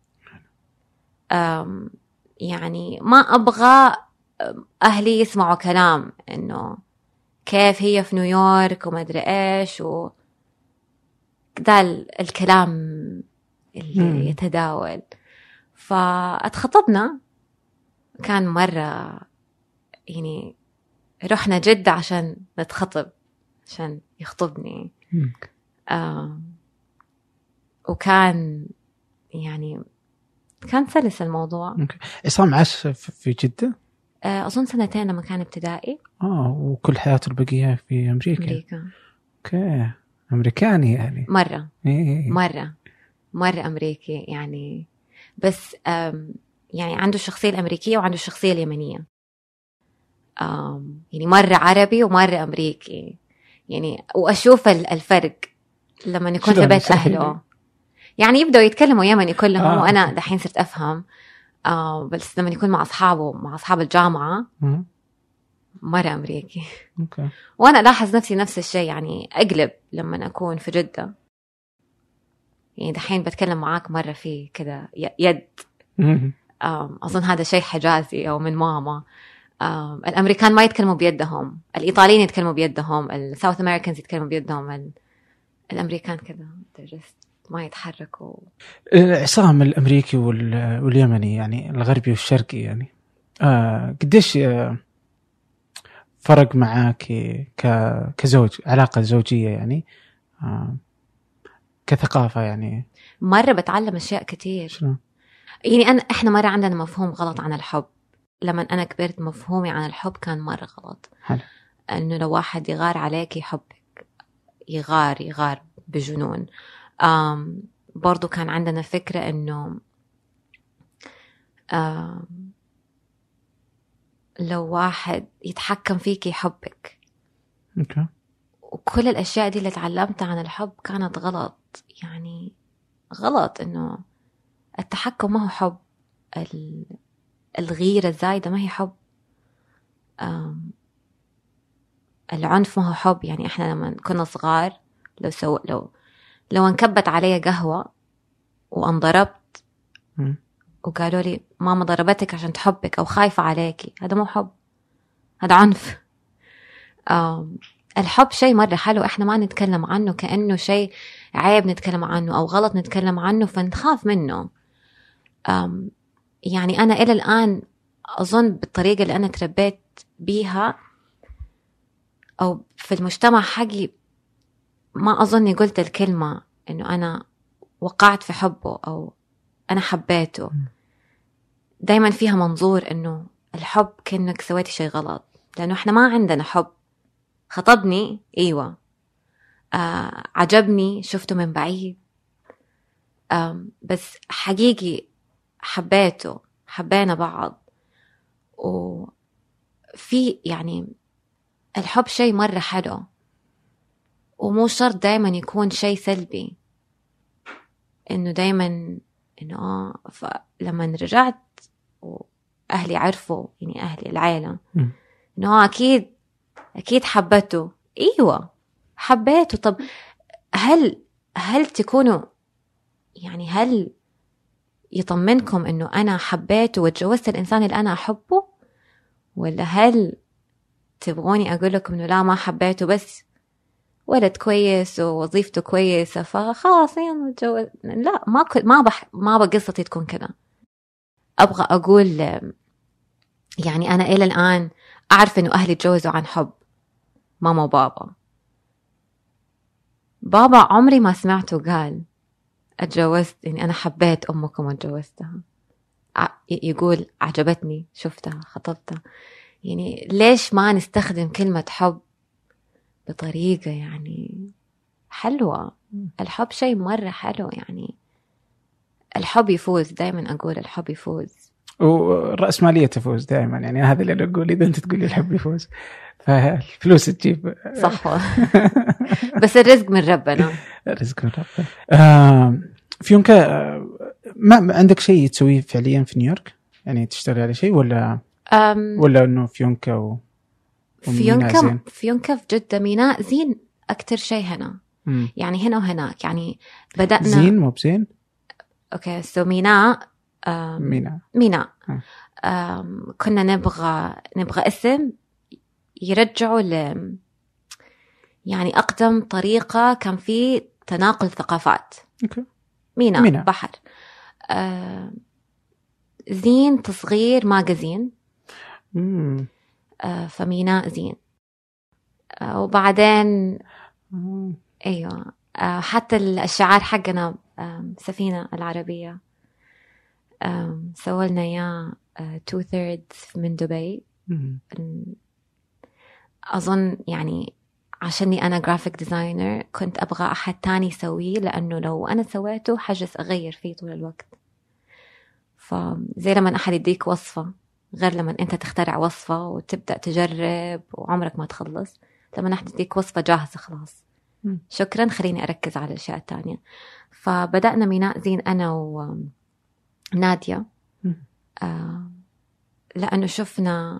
أم يعني ما أبغى أهلي يسمعوا كلام إنه كيف هي في نيويورك وما أدري إيش و ده الكلام اللي م. يتداول. فاتخطبنا كان مرة يعني رحنا جدة عشان نتخطب عشان يخطبني. آه وكان يعني كان سلس الموضوع. عصام عاش في جدة آه أظن سنتين لما كان ابتدائي. آه وكل حياته البقية في أمريكا. أمريكا. أوكي أمريكاني يعني مرة إيه. مرة مرة أمريكي يعني. بس يعني عنده الشخصية الأمريكية وعنده الشخصية اليمنية. يعني مرة عربي ومرة أمريكي يعني. وأشوف الفرق لما يكون في بيت أهله يعني يبدأوا يتكلموا يمني كلهم آه. وأنا دحين صرت أفهم. آه بس لما يكون مع أصحابه مع أصحاب الجامعة م. مرة أمريكي. أوكي. وأنا لاحظ نفسي نفس الشيء يعني أقلب لما أكون في جدة يعني دحين بتكلم معاك مرة في كذا يد. أظن هذا شيء حجازي أو من ماما. الأمريكان ما يتكلموا بيدهم، الإيطاليين يتكلموا بيدهم، الساوث أمريكانز يتكلموا بيدهم. الأمريكان كذا ما يتحركوا. عصام الأمريكي واليمني يعني الغربي والشرقي يعني آه قديش آه فرق معاك كزوج علاقة زوجية يعني آه كثقافة يعني؟ مرة بتعلم أشياء كتير. شنو؟ يعني أنا إحنا مرة عندنا مفهوم غلط عن الحب. لما أنا كبرت مفهومي عن الحب كان مرة غلط. حلو. إنه لو واحد يغار عليك يحبك، يغار يغار بجنون. آم برضو كان عندنا فكرة إنه آم لو واحد يتحكم فيك يحبك. أوكي. وكل الأشياء دي اللي تعلمتها عن الحب كانت غلط. يعني غلط. إنه التحكم ما هو حب، الغيرة الزايدة ما هي حب، العنف ما هو حب. يعني إحنا لما كنا صغار لو سو لو لو انكبت علي قهوة وانضربت وقالوا لي ماما ضربتك عشان تحبك أو خايفة عليكي، هذا مو حب، هذا عنف. الحب شيء مرة حلو، إحنا ما نتكلم عنه كأنه شيء عيب نتكلم عنه أو غلط نتكلم عنه فنخاف منه. يعني أنا إلى الآن أظن بالطريقة اللي أنا تربيت بيها أو في المجتمع حقي ما أظني قلت الكلمة إنه أنا وقعت في حبه أو أنا حبيته. دايما فيها منظور إنه الحب كأنك سويتي شيء غلط، لأنه إحنا ما عندنا حب. خطبني أيوة، آه عجبني شفته من بعيد، آه بس حقيقي حبيته، حبينا بعض. وفي يعني الحب شيء مرة حلو، ومو شرط دايما يكون شيء سلبي. إنه دايما إنه آه فلما رجعت وأهلي عرفوا، يعني أهلي العائلة، إنه آه أكيد أكيد حبته. أيوة حبيته. طب هل هل تكونوا يعني هل يطمنكم إنه أنا حبيته وتجوزت الإنسان اللي أنا أحبه، ولا هل تبغوني أقول لكم إنه لا ما حبيته بس ولد كويس ووظيفته كويسة فخلاص يعني نتجوز؟ لا، ما كنت ما بح ما بقصتي تكون كذا. أبغى أقول يعني أنا إلى الآن أعرف إنه أهلي تجوزوا عن حب، ماما وبابا. بابا عمري ما سمعته قال أتجوزت، يعني أنا حبيت أمكم وتجوزتها. يقول عجبتني شفتها خطبتها. يعني ليش ما نستخدم كلمة حب بطريقة يعني حلوة؟ الحب شيء مرة حلو. يعني الحب يفوز، دائما أقول الحب يفوز، والرأسمالية تفوز دائما. يعني هذا اللي أنا أقول، إذا أنت تقولي الحب يفوز فالفلوس تجيب. صح. بس الرزق من ربنا. الرزق من ربنا. آه فيونكا، آه ما عندك شيء تسويه فعليا في نيويورك؟ يعني تشتغل على شيء ولا ولا إنه فيونكا و فيونكا فيونكا في جدة ميناء زين أكتر شيء هنا. م. يعني هنا وهناك. يعني بدأنا زين مو بزين. أوكي سو ميناء ميناء ميناء كنا نبغى نبغى اسم يرجعوا ل يعني أقدم طريقة كان في تناقل ثقافات. أوكي. ميناء, ميناء. بحر. آه زين تصغير ماجازين. مم. آه فميناء زين. آه وبعدين مم. أيوة آه حتى الشعار حقنا آه سفينة العربية آه سوالنا يا آه two thirds من دبي. مم. أظن يعني عشاني أنا جرافيك ديزاينر كنت أبغى أحد تاني يسويه، لأنه لو أنا سويته حجز أغير فيه طول الوقت. فزي لما أحد يديك وصفة غير لما أنت تخترع وصفة وتبدأ تجرب وعمرك ما تخلص. لما أحد يديك وصفة جاهزة خلاص م. شكرا خليني أركز على الأشياء التانية. فبدأنا ميناء زين أنا ونادية آه لأنه شفنا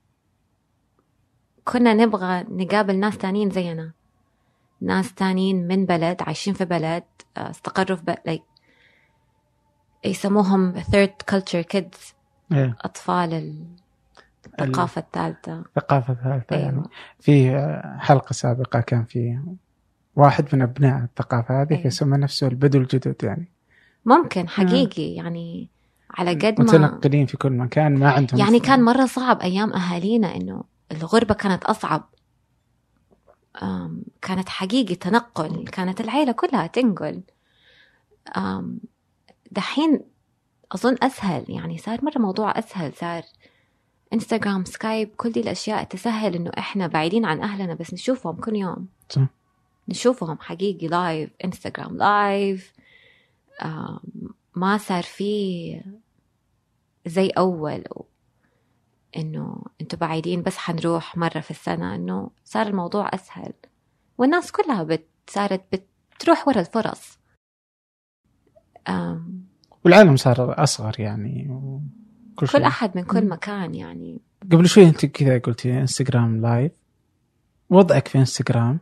كنا نبغى نقابل ناس تانيين زينا، ناس تانيين من بلد عايشين في بلد استقروا في بلد like يسموهم third culture kids. إيه. أطفال الثقافة الثالثة. الثقافة الثالثة. أيوة. يعني في حلقة سابقة كان في واحد من أبناء الثقافة هذه أيوة. يسمى نفسه البدو الجدد. يعني ممكن حقيقي آه. يعني على قد ما متنقلين في كل مكان ما عندهم يعني كان مرة صعب أيام أهالينا إنه الغربة كانت أصعب. كانت حقيقي تنقل، كانت العيلة كلها تنقل. دحين أظن أسهل، يعني صار مرة موضوع أسهل، صار إنستغرام، سكايب، كل دي الأشياء تسهل إنه إحنا بعيدين عن أهلنا بس نشوفهم كل يوم. صح. نشوفهم حقيقي لايف، إنستغرام لايف. ما صار فيه زي أول إنه أنتوا بعيدين بس حنروح مرة في السنة. إنه صار الموضوع أسهل، والناس كلها بت صارت بتروح ورا الفرص. أم والعالم صار أصغر يعني، كل, كل أحد من كل مكان. يعني قبل شوي أنت كذا قلتي إنستغرام لايف، وضعك في إنستغرام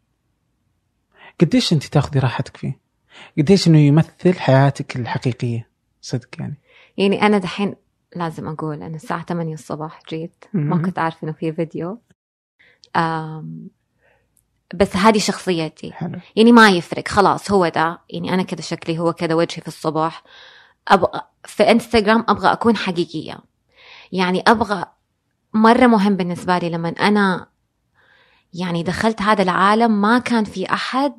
قديش أنت تأخذي راحتك فيه؟ قديش إنه يمثل حياتك الحقيقية صدق يعني؟ يعني أنا دحين لازم أقول أنا الساعة ثمانية الصباح جيت، ما كنت عارف إنه في فيديو. أم بس هذه شخصيتي. حلو. يعني ما يفرق، خلاص هو ده، يعني أنا كده شكلي، هو كده وجهي في الصباح. أبغى في إنستغرام أبغى أكون حقيقية. يعني أبغى، مرة مهم بالنسبة لي لما أنا يعني دخلت هذا العالم ما كان في أحد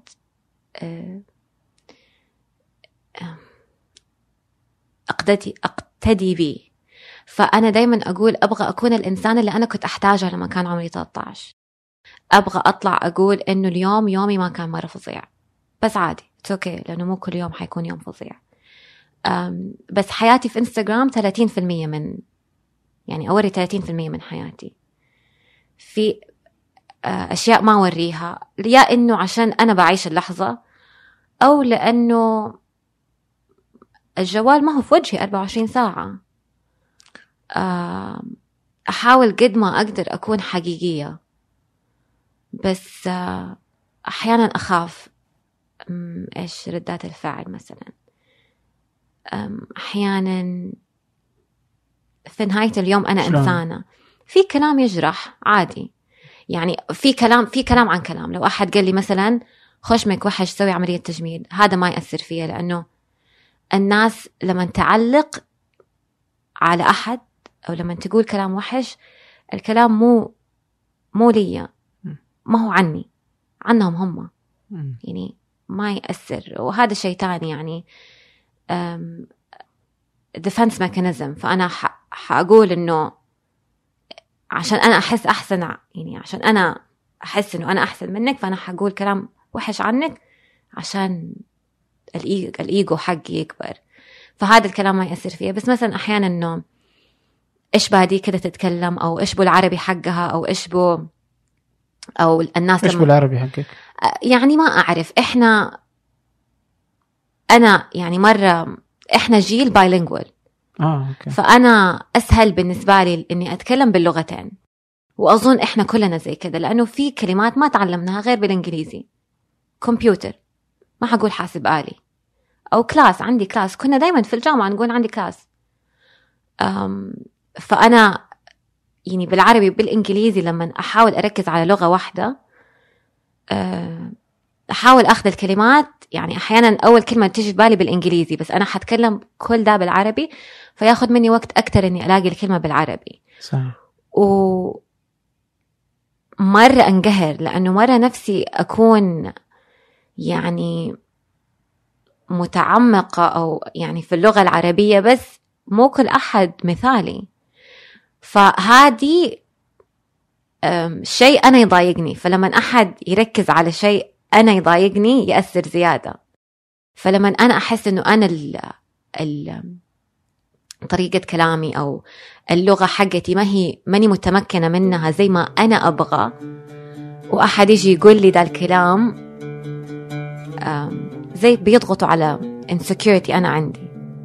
أقتدي أقتدي بي. فأنا دايما أقول أبغى أكون الإنسان اللي أنا كنت أحتاجه لما كان عمري ثلاثة عشر. أبغى أطلع أقول إنه اليوم يومي ما كان مرة فظيع، بس عادي أوكي، لأنه مو كل يوم حيكون يوم فظيع. بس حياتي في إنستغرام ثلاثين بالمية من، يعني أوري ثلاثين بالمية من حياتي. في أشياء ما أوريها، يا إنه عشان أنا بعيش اللحظة، أو لأنه الجوال ما هو في وجهي أربعة وعشرين ساعة. أحاول قد ما أقدر أكون حقيقية، بس أحيانا أخاف إيش ردات الفعل مثلا. أحيانا في نهاية اليوم أنا شلون؟ إنسانة، في كلام يجرح عادي. يعني في كلام في كلام عن كلام. لو أحد قال لي مثلا خشمك وحش سوي عملية تجميل، هذا ما يأثر فيها، لأنه الناس لما تعلق على أحد أو لما تقول كلام وحش، الكلام مو مو لي، ما هو عني، عنهم هم. يعني ما يأثر. وهذا شيء تاني يعني defense mechanism. فأنا ح... حأقول إنه عشان أنا أحس أحسن، يعني عشان أنا أحس إنه أنا أحسن منك، فأنا حقول كلام وحش عنك عشان الإيجو, الإيجو حقي يكبر. فهذا الكلام ما يأثر فيه. بس مثلا أحيانا إنه إيش بادي كده تتكلم، أو إيش بو العربي حقها، أو إيش بو أو الناس إيش بو العربي حقك، يعني ما أعرف. إحنا أنا يعني مرة إحنا جيل بايلينغوال. آه، أوكي. فأنا أسهل بالنسبة لي إني أتكلم باللغتين، وأظن إحنا كلنا زي كده، لأنه في كلمات ما تعلمناها غير بالإنجليزي. كمبيوتر، ما حقول حاسب آلي. أو كلاس، عندي كلاس، كنا دايما في الجامعة نقول عندي كلاس. أم فأنا يعني بالعربي بالإنجليزي لما أحاول أركز على لغة واحدة، أحاول أخذ الكلمات. يعني أحيانا أول كلمة تيجي في بالي بالإنجليزي، بس أنا حتكلم كل ده بالعربي، فياخد مني وقت أكتر إني ألاقي الكلمة بالعربي. صح. ومرة أنقهر، لأنه مرة نفسي أكون يعني متعمقة أو يعني في اللغة العربية، بس مو كل أحد مثالي. فهذه شيء أنا يضايقني. فلما أحد يركز على شيء أنا يضايقني يأثر زيادة. فلما أنا أحس إنه أنا ال ال طريقة كلامي أو اللغة حقتي ما هي ماني متمكنة منها زي ما أنا أبغى، وأحد يجي يقول لي ذا الكلام، زي بيضغطوا على insecurity أنا عندي.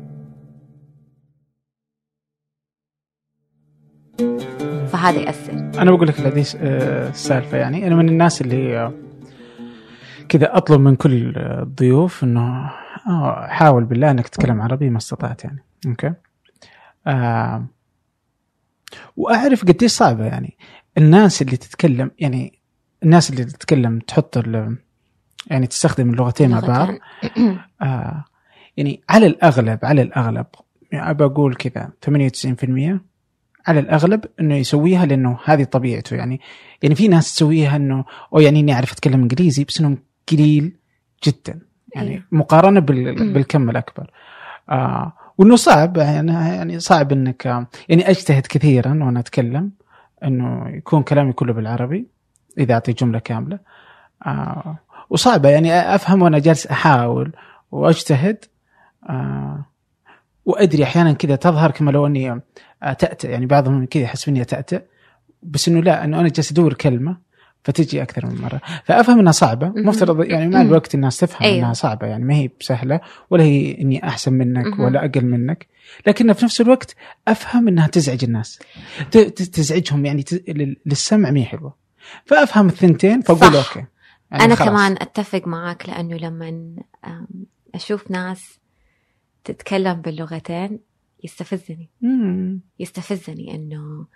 فهذا يأثر. أنا بقول لك الحديث السالفة، يعني أنا من الناس اللي كذا أطلب من كل الضيوف إنه حاول بالله إنك تتكلم عربي ما استطعت يعني. أوكي. آه وأعرف قديش صعبة يعني الناس اللي تتكلم، يعني الناس اللي تتكلم تحط يعني تستخدم اللغتين مع بعض. آه يعني على الأغلب على الأغلب يعني أبى أقول كذا ثمانية وتسعين بالمية على الأغلب إنه يسويها لأنه هذه طبيعته. يعني يعني في ناس تسويها إنه أو يعني إني أعرف أتكلم إنجليزي، بس إنهم قليل جدا يعني أيوه. مقارنة بال بالكم الأكبر. آه وإنه صعب يعني يعني صعب إنك يعني أجتهد كثيرا وأنا أتكلم إنه يكون كلامي كله بالعربي إذا أعطي جملة كاملة. آه وصعبة يعني أفهم وأنا جالس أحاول وأجتهد. آه وأدري أحيانا كذا تظهر كما لو أني أتأتأ، يعني بعضهم كذا يحس إني أتأتأ، بس إنه لا، إنه أنا جالس أدور كلمة فتجي أكثر من مرة. فأفهم إنها صعبة، مفترض يعني مع الوقت الناس تفهم أيوه. إنها صعبة، يعني ما هي بسهلة ولا هي إني أحسن منك ولا أقل منك، لكن في نفس الوقت أفهم إنها تزعج الناس، تزعجهم يعني للسمع مي حلوة. فأفهم الثنتين فأقول أوكي. يعني أنا خلاص. كمان أتفق معك، لأنه لما أشوف ناس تتكلم باللغتين يستفزني مم. يستفزني إنه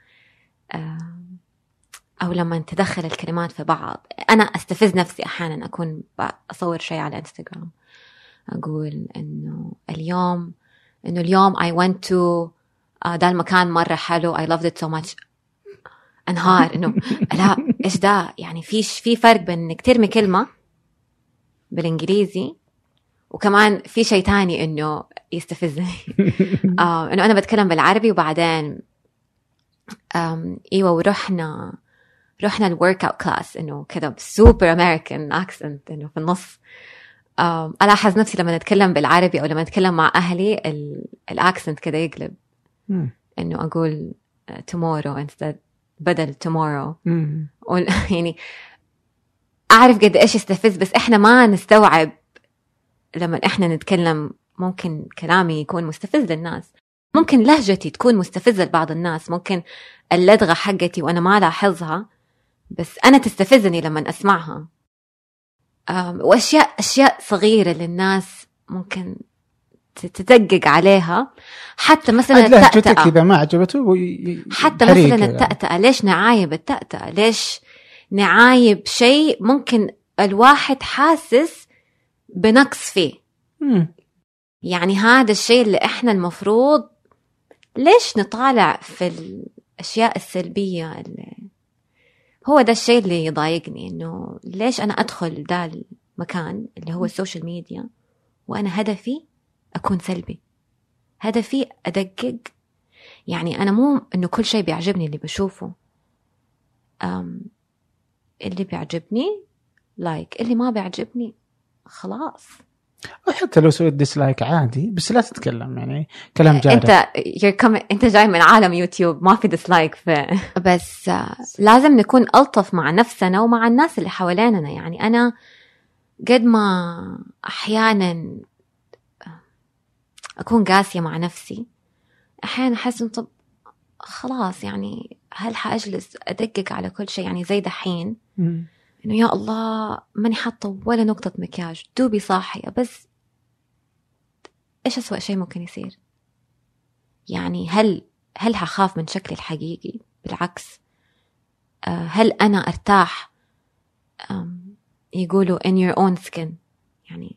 أو لما تدخل الكلمات في بعض. أنا أستفز نفسي أحيانا، أكون أصور شيء على إنستغرام أقول إنه اليوم إنه اليوم I went to ده المكان مرة حلو I loved it so much. أنهار إنه لا إيش ده، يعني فيش في فرق بين إنك ترمي كلمة بالإنجليزي وكمان في شيء تاني إنه يستفزني آه إنه أنا بتكلم بالعربي وبعدين إيوه ورحنا رحنا الورك اوت كلاس إنه كذا سوبر أمريكان أكسنت إنه في النص. ألاحظ نفسي لما نتكلم بالعربي أو لما نتكلم مع أهلي الأكسنت كذا يقلب، إنه أقول tomorrow instead بدل tomorrow. يعني أعرف قد إيش يستفز، بس إحنا ما نستوعب لما إحنا نتكلم. ممكن كلامي يكون مستفز للناس، ممكن لهجتي تكون مستفزة لبعض الناس، ممكن اللدغة حقتي وأنا ما لاحظها بس أنا تستفزني لما أسمعها. وأشياء أشياء صغيرة للناس ممكن تدقق عليها. حتى مثلا التأتأة إذا ما عجبته حتى مثلا التأتأة، ليش نعايب التأتأة؟ ليش نعايب شيء ممكن الواحد حاسس بنقص فيه؟ مم. يعني هذا الشيء اللي إحنا المفروض ليش نطالع في الأشياء السلبية اللي هو ده الشيء اللي يضايقني. إنه ليش أنا أدخل ده المكان اللي هو السوشيال ميديا وأنا هدفي أكون سلبي، هدفي أدقق. يعني أنا مو إنه كل شيء بيعجبني اللي بشوفه، أم اللي بيعجبني لايك، اللي ما بيعجبني خلاص. وحتى لو سويت ديسلايك عادي، بس لا تتكلم يعني كلام جارح. انت انت جاي من عالم يوتيوب ما في ديسلايك في بس لازم نكون ألطف مع نفسنا ومع الناس اللي حواليننا. يعني انا قد ما احيانا اكون قاسية مع نفسي، احيانا احس طب خلاص يعني هل حاجلس ادقق على كل شيء؟ يعني زي دحين انه يا الله ماني حاطه ولا نقطه مكياج، دوبي صاحيه، بس ايش اسوأ شيء ممكن يصير؟ يعني هل هل هخاف من شكلي الحقيقي؟ بالعكس، هل انا ارتاح يقولوا in your own skin، يعني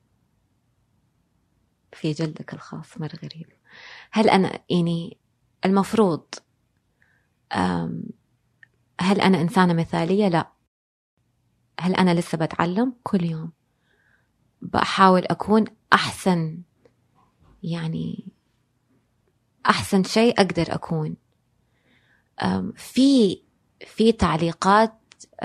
في جلدك الخاص، مرة غريب. هل انا يعني المفروض هل انا انسانه مثاليه؟ لا. هل أنا لسه بتعلم كل يوم، بحاول أكون أحسن، يعني أحسن شيء أقدر أكون. في في تعليقات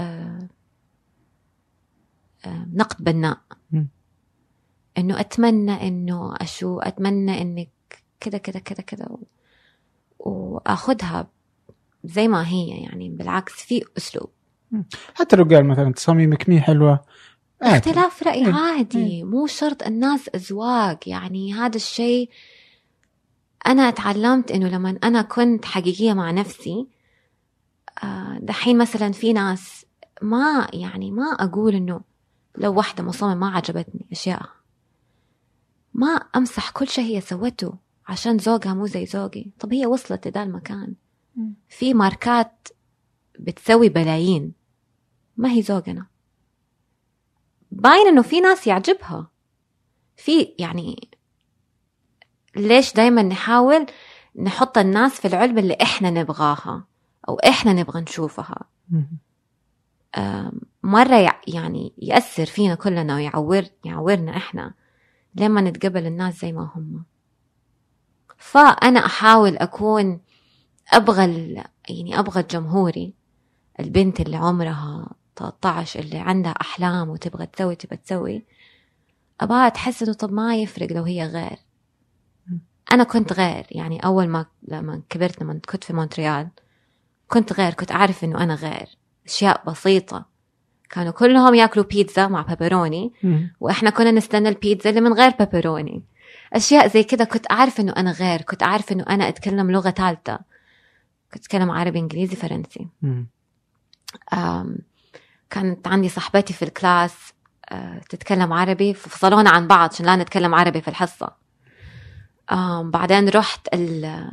نقد بناء، إنه أتمنى إنه أشو أتمنى إنك كذا كذا كذا كذا، وأخذها زي ما هي. يعني بالعكس في أسلوب، حتى لو قال مثلا تصاميمك مي حلوة، اختلاف رأي عادي، مو شرط الناس أذواق. يعني هذا الشيء أنا تعلمت إنه لما أنا كنت حقيقية مع نفسي، دحين مثلا في ناس ما يعني ما أقول إنه لو واحدة مصمم ما عجبتني أشياء، ما أمسح كل شيء هي سوته عشان ذوقها مو زي ذوقي. طب هي وصلت لذا المكان، في ماركات بتسوي بلايين، ما هي ذوقنا. باين انه في ناس يعجبها، في يعني ليش دايما نحاول نحط الناس في العلبة اللي إحنا نبغاها أو إحنا نبغى نشوفها. مرة يعني يأثر فينا كلنا ويعور يعورنا إحنا لما نتقبل الناس زي ما هم. فأنا أحاول أكون أبغى يعني أبغى جمهوري، البنت اللي عمرها ثلاثة عشر اللي عندها أحلام وتبغى تسوي تبغى تسوي أبغى تحس إنه طب ما يفرق لو هي غير. أنا كنت غير، يعني أول ما لما كبرت لما كنت في مونتريال كنت غير، كنت أعرف إنه أنا غير. أشياء بسيطة، كانوا كلهم يأكلوا بيتزا مع بيبروني وإحنا كنا نستنى البيتزا اللي من غير بيبروني. أشياء زي كده كنت أعرف إنه أنا غير، كنت أعرف إنه أنا أتكلم لغة ثالثة، كنت أتكلم عربي إنجليزي فرنسي. أم كانت عندي صاحبتي في الكلاس أه تتكلم عربي، ففصلونا عن بعض عشان لا نتكلم عربي في الحصة. أم بعدين رحت ال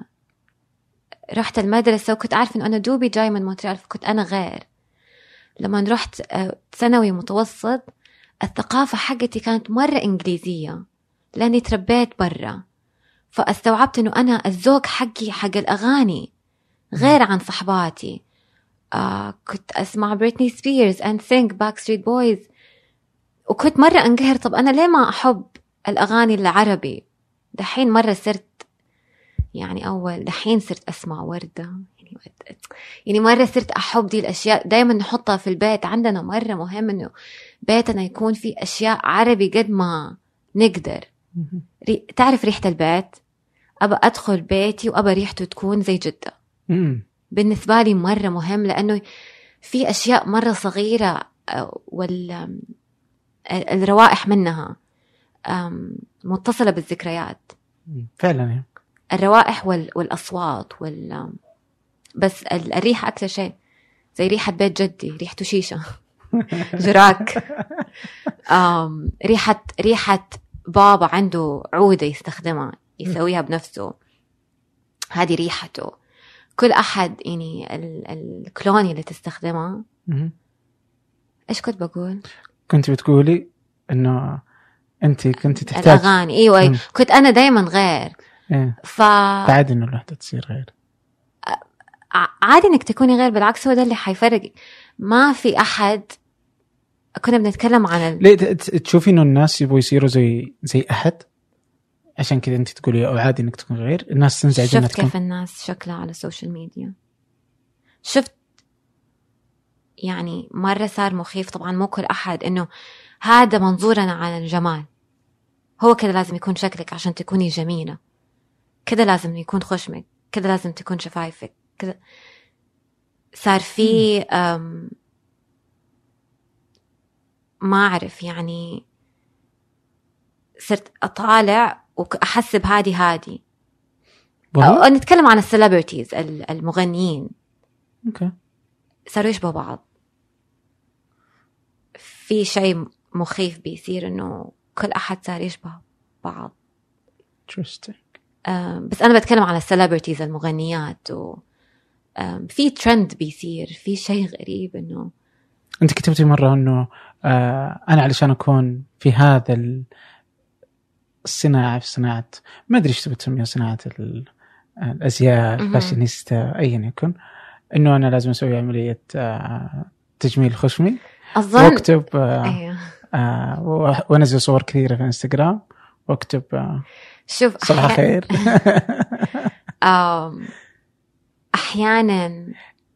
رحت المدرسة وكنت أعرف إنه أنا دوبي جاي من مونتريال، فكنت أنا غير. لما رحت ثانوي متوسط الثقافة حقتي كانت مرة إنجليزية لأني تربيت برا، فاستوعبت إنه أنا الذوق حقي حق الأغاني غير عن صحباتي. آه كنت أسمع بريتني سبيرز and think Backstreet Boys، وكنت مرة أنقهر طب أنا ليه ما أحب الأغاني العربي. دحين مرة صرت يعني أول دحين صرت أسمع وردة يعني يعني مرة صرت أحب دي الأشياء. دايما نحطها في البيت عندنا، مرة مهم إنه بيتنا يكون فيه أشياء عربي قد ما نقدر. ري... تعرف ريحة البيت؟ أبى أدخل بيتي وأبى ريحته تكون زي جدة. بالنسبة لي مرة مهم، لأنه في أشياء مرة صغيرة وال الروائح منها متصلة بالذكريات فعلا يعني. الروائح وال... والأصوات وال بس الريحة أكثر شيء، زي ريحة بيت جدي ريحته شيشة جراك. أم ريحة ريحة بابا عنده عودة يستخدمها يسويها بنفسه، هذه ريحته. كل أحد يعني ال... الكلوني اللي تستخدمها. إيش كنت بقول؟ كنت بتقولي إنه أنت كنت تحتاج الأغاني. أيوة مم. كنت أنا دايما غير. إيه. ف عادي إنه الوحدة تصير غير، عادي إنك تكوني غير، بالعكس هو ده اللي حيفرق. ما في أحد. كنا بنتكلم عن ال... ليه تشوفي إنه الناس يبغوا يصيروا زي زي أحد عشان كذا أنت تقولي أو عادي إنك تكون غير؟ الناس تنزعج إنها تكون. شفت كيف الناس شكلها على السوشيال ميديا؟ شفت يعني مرة صار مخيف. طبعا مو كل أحد إنه هذا منظورنا عن الجمال، هو كده لازم يكون شكلك عشان تكوني جميلة، كده لازم يكون خشمك، كده لازم تكون شفايفك كده. صار في أم ما أعرف يعني صرت أطالع وأحسب هادي هادي. نتكلم عن السيلبرتيز المغنيين. أوكي. صاروا يشبهوا بعض. في شيء مخيف بيصير إنه كل أحد صار يشبه بعض. Interesting. بس أنا بتكلم على السيلبرتيز المغنيات، و في ترند بيصير، في شيء غريب إنه أنت كتبتي مرة إنه آه أنا علشان أكون في هذا الصناعة في صناعة ما أدري إيش تبي تسميها، صناعة الأزياء الفاشينيستا أيا يكن، إنه أنا لازم أسوي عملية آه تجميل خشمي واكتب آه أيوه. آه وأنزل صور كثيرة في انستغرام واكتب آه شوف صباح أحيان... خير. أحيانا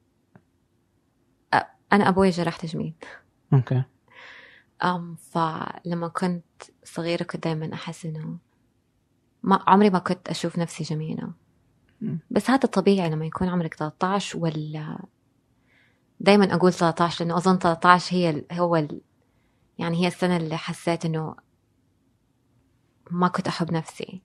أنا أبوي جراح تجميل. أوكي. أم فلما كنت صغيرة كنت دايما أحس إنه ما عمري ما كنت أشوف نفسي جميلة، بس هذا طبيعي لما يكون عمرك ثلاثة عشر. ولا دايما أقول ثلاثة عشر لأنه أظن ثلاثة عشر هي ال... هو ال... يعني هي السنة اللي حسيت إنه ما كنت أحب نفسي.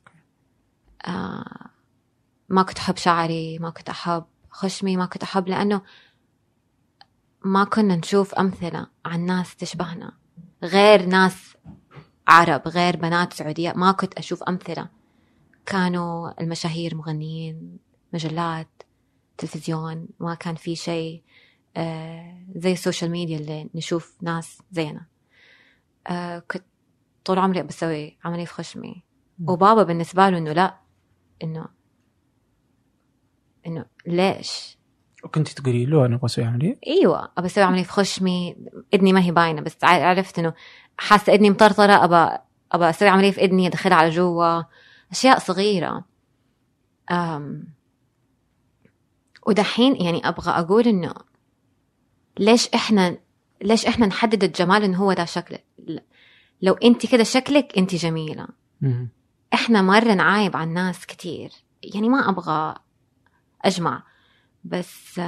آه ما كنت أحب شعري، ما كنت أحب خشمي، ما كنت أحب، لأنه ما كنا نشوف أمثلة عن ناس تشبهنا غير ناس عرب، غير بنات سعودية. ما كنت أشوف أمثلة. كانوا المشاهير مغنيين، مجلات، تلفزيون، ما كان في شيء آه زي السوشيال ميديا اللي نشوف ناس زينا. آه كنت طول عمري بسوي عملية في خشمي، وبابا بالنسبة له إنه لا، إنه إنه ليش. وكنت تقولي له أنا أبغى أسوي عملية؟ أيوة أبغى أسوي عملية في خشمي، إذني ما هي باينة بس عرفت إنه حاسة إذني مطرطرة، أبغى أبغى أسوي عملية في إذني أدخلها على جوا، أشياء صغيرة. أم ودحين يعني أبغى أقول إنه ليش إحنا ليش إحنا نحدد الجمال إنه هو ده شكلك. لو أنت كده شكلك أنت جميلة. م- إحنا مرة نعايب عن الناس كتير، يعني ما أبغى أجمع، بس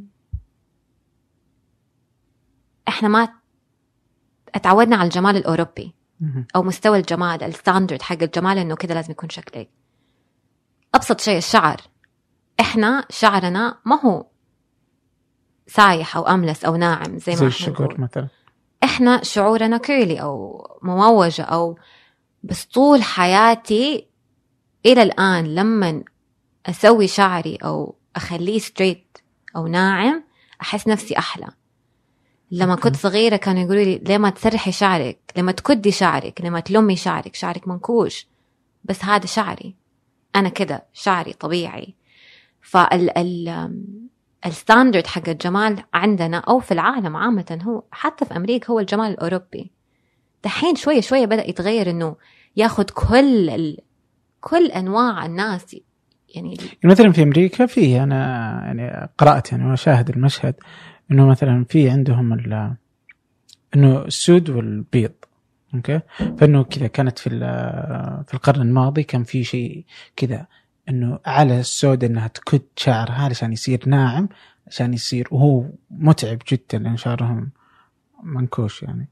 إحنا ما اتعودنا على الجمال الأوروبي م- أو مستوى الجمال الستاندرد حق الجمال إنه كده لازم يكون شكلك. أبسط شيء الشعر، إحنا شعرنا ما هو سايح أو أملس أو ناعم زي ما زي إحنا نقول. الشجر مثلا. إحنا شعورنا كيرلي أو مموجة أو بس طول حياتي إلى الآن لما أسوي شعري أو أخليه ستريت أو ناعم أحس نفسي أحلى. لما كنت صغيرة كانوا يقولوا لي ليه ما تسرحي شعرك، لما تكدي شعرك، لما تلمي شعرك، شعرك منكوش، بس هذا شعري أنا كده، شعري طبيعي. فال ال الستاندرد حق الجمال عندنا أو في العالم عامة، هو حتى في أمريكا هو الجمال الأوروبي. دحين شوية شوية بدأ يتغير، إنه ياخد كل ال... كل أنواع الناس. يعني مثلا في أمريكا فيه أنا يعني قرأت يعني وشاهد المشهد إنه مثلا في عندهم ال إنه السود والبيض، أوكي. فإنه كذا كانت في في القرن الماضي كان في شيء كذا إنه على السود إنها تكد شعرها علشان يصير ناعم، عشان يصير، وهو متعب جدا لأن شعرهم منكوش يعني.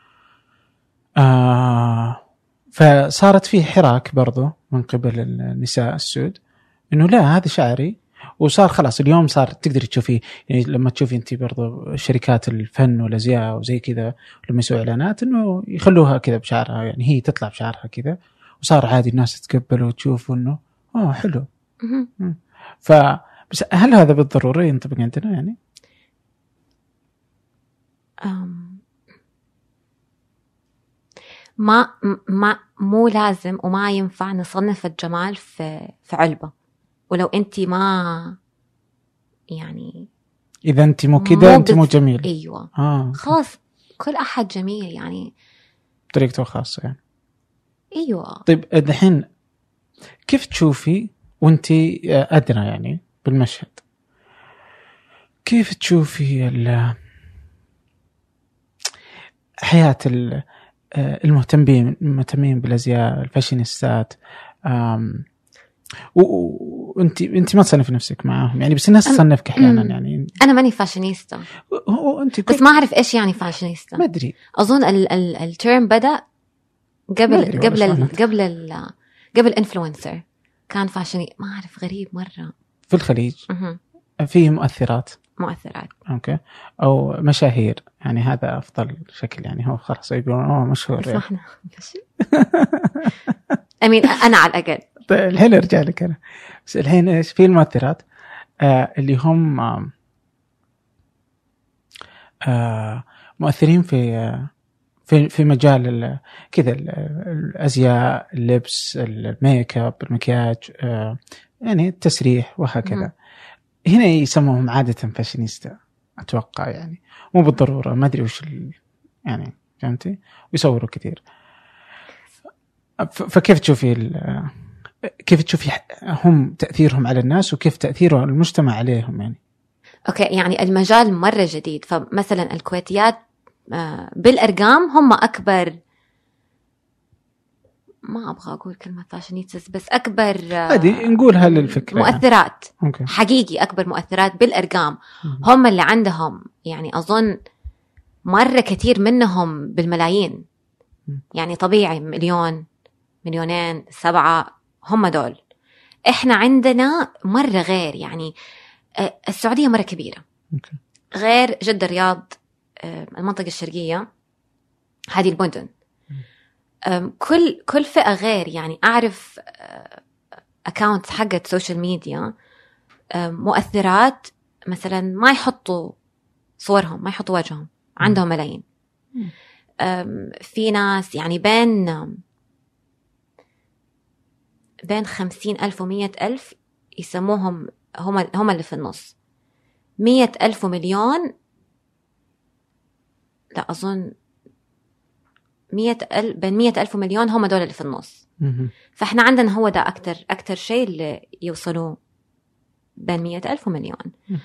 آه فصارت فيه حراك برضو من قبل النساء السود إنه لا هذا شعري، وصار خلاص اليوم صار تقدر تشوفي يعني لما تشوفي انت برضو شركات الفن والازياء وزي كذا لما يسووا اعلانات انه يخلوها كذا بشعرها، يعني هي تطلع بشعرها كذا، وصار عادي الناس تتقبل وتشوف انه اه حلو. ف بس هل هذا بالضروره ينطبق عندنا يعني؟ أم ما ما مو لازم وما ينفع نصنف الجمال في في علبة. ولو انت ما يعني اذا انت مو كذا انت مو جميل. ايوه اه خلاص كل احد جميل يعني بطريقته الخاصه يعني. ايوه. طيب الحين كيف تشوفي وانت ادرى يعني بالمشهد، كيف تشوفي ال حياة المهتمين المهتمين بالازياء الفاشينيستات، وانت انت ما تصنف نفسك معاهم يعني، بس الناس تصنفك احيانا يعني. انا ماني فاشينيستا وانت بس ما اعرف ايش يعني فاشينيستا. ما ادري، اظن ال ال التيرم بدا قبل قبل ال قبل ال قبل انفلونسر كان فاشيني، ما اعرف غريب مره. في الخليج م- فيه مؤثرات مؤثرات اوكي او مشاهير، يعني هذا افضل شكل يعني، هو خلاص يقولون اه مشهور بس احنا امين انا على الاقل. طيب الحين ارجع لك انا، بس الحين ايش في المؤثرات آه اللي هم آه آه مؤثرين في آه في في مجال كذا الازياء، اللبس، الميك اب، المكياج، آه يعني التسريح وهكذا. هنا يسموهم عادة فاشينيستا اتوقع يعني، مو بالضرورة، ما ادري وش يعني فهمتي، ويصوروا كثير. فكيف تشوفي كيف تشوفي هم تأثيرهم على الناس وكيف تأثير المجتمع عليهم يعني؟ اوكي يعني المجال مرة جديد. فمثلا الكويتيات بالأرقام هم أكبر، ما أبغى أقول كلمة فاشينيستس بس أكبر عادي نقولها للفكرة مؤثرات يعني. حقيقي أكبر مؤثرات بالأرقام هم اللي عندهم يعني، أظن مرة كتير منهم بالملايين يعني، طبيعي مليون مليونين سبعة هم دول. إحنا عندنا مرة غير يعني، السعودية مرة كبيرة غير جدة الرياض المنطقة الشرقية هذه المدن، كل كل فئة غير يعني. أعرف أكاونت حقت سوشيال ميديا مؤثرات مثلا ما يحطوا صورهم، ما يحطوا وجههم، عندهم ملايين. في ناس يعني بين بين خمسين ألف ومية ألف يسموهم هم هم اللي في النص. مية ألف ومليون، لا أظن مية ألف، بين مية ألف ومليون هم دول اللي في النص. فإحنا عندنا هو ده أكتر أكتر شيء اللي يوصلوا بين مية ألف ومليون.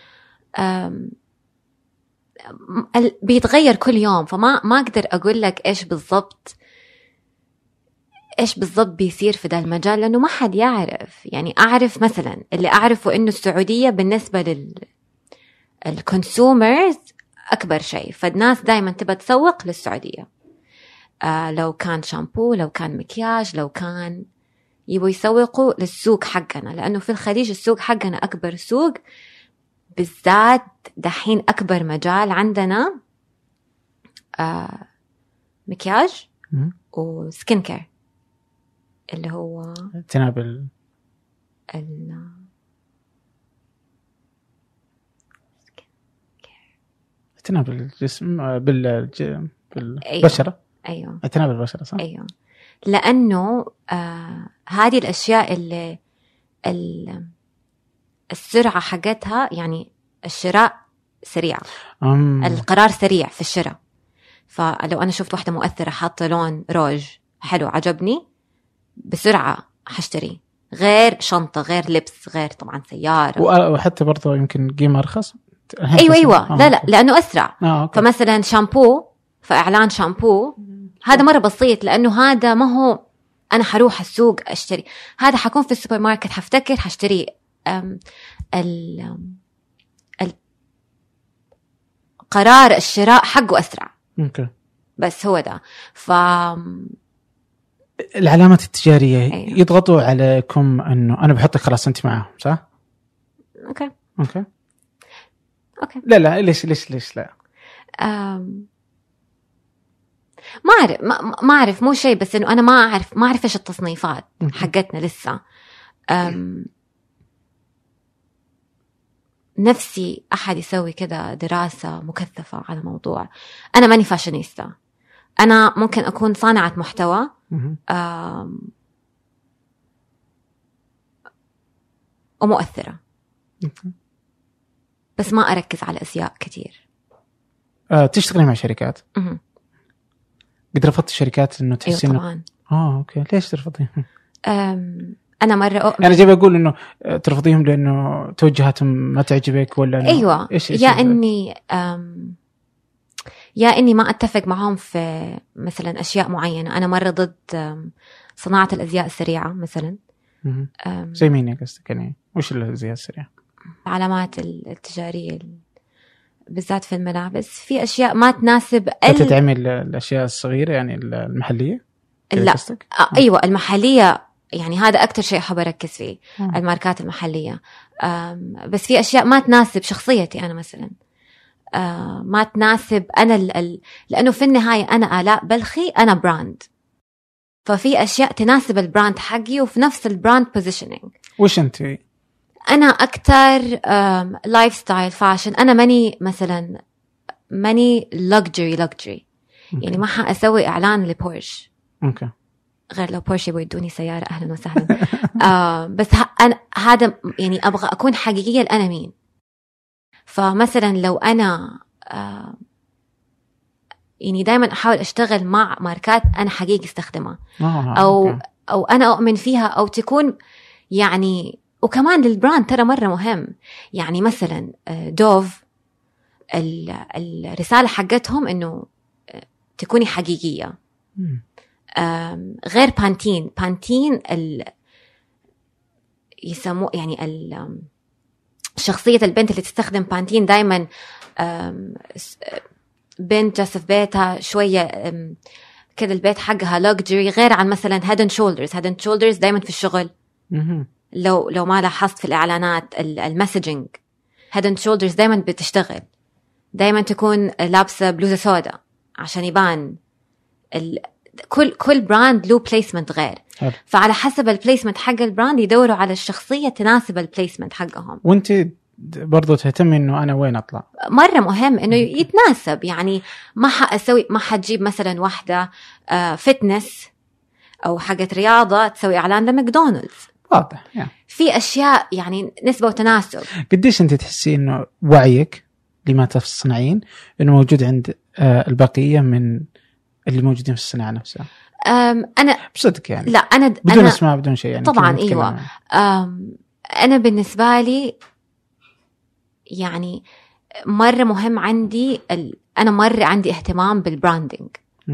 بيتغير كل يوم، فما ما أقدر أقول لك إيش بالضبط إيش بالضبط بيصير في ده المجال، لأنه ما حد يعرف. يعني أعرف مثلا اللي أعرفه إنه السعودية بالنسبة لل الكونسومرز أكبر شيء، فالناس دايما تبى تسوق للسعودية. آه لو كان شامبو، لو كان مكياج، لو كان يبوا يسوقوا للسوق حقنا، لأنه في الخليج السوق حقنا أكبر سوق، بالذات دحين أكبر مجال عندنا آه مكياج وسكين كير، اللي هو تنابل ال تنابل الجسم بال بالبشرة. أيوة تنابل البشرة صح؟ أيوة، لأنه آه هذه الأشياء اللي السرعة حقتها، يعني الشراء سريع، أم. القرار سريع في الشراء. فلو أنا شفت واحدة مؤثرة حاطة لون روج حلو عجبني، بسرعة حشتري، غير شنطة، غير لبس، غير طبعا سيارة، وحتى برضو يمكن قيمة أرخص. أيوة أيوة. آه. لا لا لأنه أسرع. آه. فمثلا شامبو، فإعلان شامبو هذا مرة بسيط، لأنه هذا ما هو أنا حروح السوق أشتري، هذا حكون في السوبر ماركت حفتكر حشتري. أم ال قرار الشراء حقه أسرع. أوكي. بس هو ده. ف العلامات التجارية أيوة. يضغطوا عليكم أنه أنا بحطك خلاص أنت معاهم صح؟ أوكي أوكي أوكي. لا لا ليش ليش ليش لا؟ أم... ما أعرف ما... ما أعرف مو شيء، بس إنه أنا ما أعرف ما أعرف إيش التصنيفات حقتنا لسه. أم... نفسي أحد يسوي كده دراسة مكثفة على موضوع. أنا ماني فاشينيستا، أنا ممكن أكون صانعة محتوى أم... ومؤثرة، بس ما أركز على أشياء كتير. أه، تشتغلي مع شركات؟ مه. قد رفضت الشركات إنه تحسين؟ أيوة طبعا. آه أوكي. ليش ترفضين؟ أم... أنا مرة أؤمن. أنا جاي بقول إنه ترفضيهم لأنه توجهاتهم ما تعجبك ولا إنه أيوة إيش إيش يا إني أم... يا إني ما أتفق معهم في مثلا أشياء معينة. أنا مرة ضد صناعة الأزياء السريعة مثلا. أم... زي مين قصدك يعني؟ وش الأزياء السريعة؟ العلامات التجارية بالذات في الملابس، في أشياء ما تناسب ال... تتعمل الأشياء الصغيرة يعني المحلية؟ لا آه أيوة المحلية، يعني هذا أكتر شيء أحب أركز فيه. م. الماركات المحلية. بس في أشياء ما تناسب شخصيتي أنا مثلا، ما تناسب أنا ال... ال... لأنه في النهاية أنا آلاء بلخي، أنا براند، ففي أشياء تناسب البراند حقي وفي نفس البراند بوزيشنينج. وش أنت؟ أنا أكتر لايف ستايل فاشن. أنا ماني مثلا ماني luxury luxury يعني ما حأسوي إعلان لبورش. أوكي. غير لو بورش يبغوا يدوني سيارة أهلا وسهلا. آه بس ه- أنا هذا يعني أبغى أكون حقيقية لأنا مين. فمثلا لو أنا آه يعني دايما أحاول أشتغل مع ماركات أنا حقيقي استخدمها آه، أو أوكي. أو أنا أؤمن فيها، أو تكون يعني. وكمان للبراند ترى مرة مهم. يعني مثلا دوف الرسالة حقتهم إنه تكوني حقيقية. غير بانتين بانتين ال يسموه يعني ال شخصية البنت اللي تستخدم بانتين دايما بنت جالسة في بيتها شوية كده، البيت حقها لوكجري، غير عن مثلا هيد شولدرز. هيد شولدرز دايما في الشغل. لو لو ما لاحظت في الإعلانات المسجنج، هيد شولدرز دايما بتشتغل، دايما تكون لابسة بلوزة سوداء عشان يبان ال... كل كل براند له بليسمنت غير. حلو. فعلى حسب البليسمنت حق البراند يدوروا على الشخصية تناسب البليسمنت حقهم. وانت برضو تهتمي انه انا وين اطلع؟ مرة مهم انه يتناسب. يعني ما حاسوي ما حتجيب مثلا واحدة فتنس او حاجة رياضة تسوي اعلان لماكدونالدز. واضح يعني. في في أشياء يعني نسبة وتناسب. قديش أنت تحسي إنه وعيك لما تصنعين إنه موجود عند البقية من اللي موجودين في الصناعة نفسها؟ أنا بصدق يعني لا أنا بدون أنا اسماء بدون شيء يعني طبعا أيوة. أنا بالنسبة لي يعني مرة مهم عندي ال... أنا مرة عندي اهتمام بالبراندينج،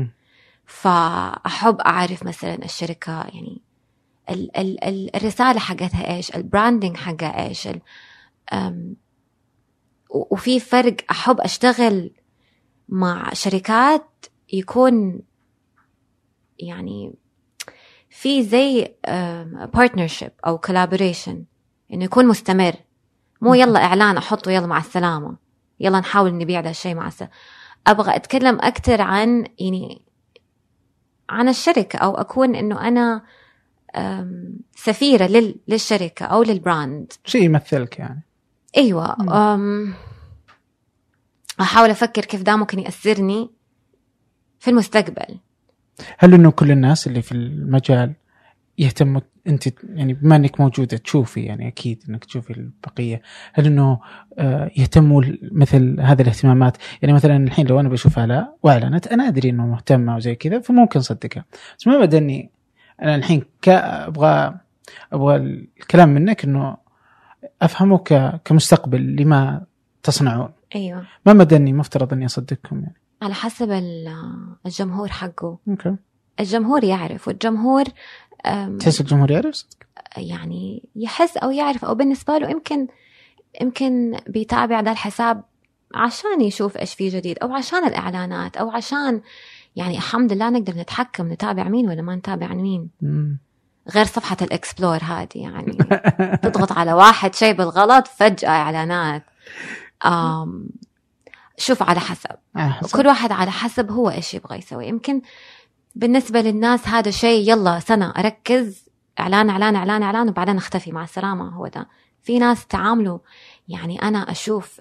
فأحب أعرف مثلا الشركة يعني ال... ال... ال... الرسالة حقتها إيش، البراندينج حقها إيش ال... أم... وفي فرق. أحب أشتغل مع شركات يكون يعني في زي بارتنرشيب أو كولابوريشن، إنه يكون مستمر، مو يلا إعلان أحطه يلا مع السلامة يلا نحاول نبيع ده الشيء مع السلامة. أبغى أتكلم أكتر عن يعني عن الشركة، أو أكون إنه أنا سفيرة لل... للشركة أو للبراند، شيء يمثلك يعني. أيوة. أم... أحاول أفكر كيف ده ممكن يأثرني في المستقبل. هل إنه كل الناس اللي في المجال يهتموا، أنت يعني بما أنك موجودة تشوفي يعني أكيد أنك تشوفي البقية، هل إنه يهتموا مثل هذه الاهتمامات؟ يعني مثلا الحين لو أنا بشوف آلاء وأعلنت أنا أدري إنه مهتمة وزي كذا فممكن صدقها، بس ما بدني أنا الحين أبغى أبغى الكلام منك إنه أفهمه كمستقبل لما تصنعون. أيوة. ما مدني مفترض أني أصدقكم يعني على حسب الجمهور حقه. أوكي. الجمهور يعرف، والجمهور تحس الجمهور يعرف يعني يحس أو يعرف، أو بالنسبة له يمكن يمكن بيتابع ده الحساب عشان يشوف إيش فيه جديد، أو عشان الإعلانات، أو عشان يعني الحمد لله نقدر نتحكم نتابع مين ولا ما نتابع مين. مم. غير صفحة الإكسبلور هذه يعني تضغط على واحد شيء بالغلط فجأة إعلانات. آم شوف على حسب. كل واحد على حسب هو إيش يبغى يسوي. يمكن بالنسبة للناس هذا شيء يلا سنة أركز إعلان إعلان إعلان إعلان وبعدين أختفي مع السلامة، هو ده. في ناس تعاملوا يعني أنا أشوف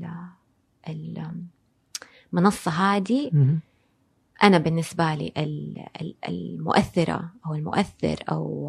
المنصة هذه أنا بالنسبة لي المؤثرة أو المؤثر أو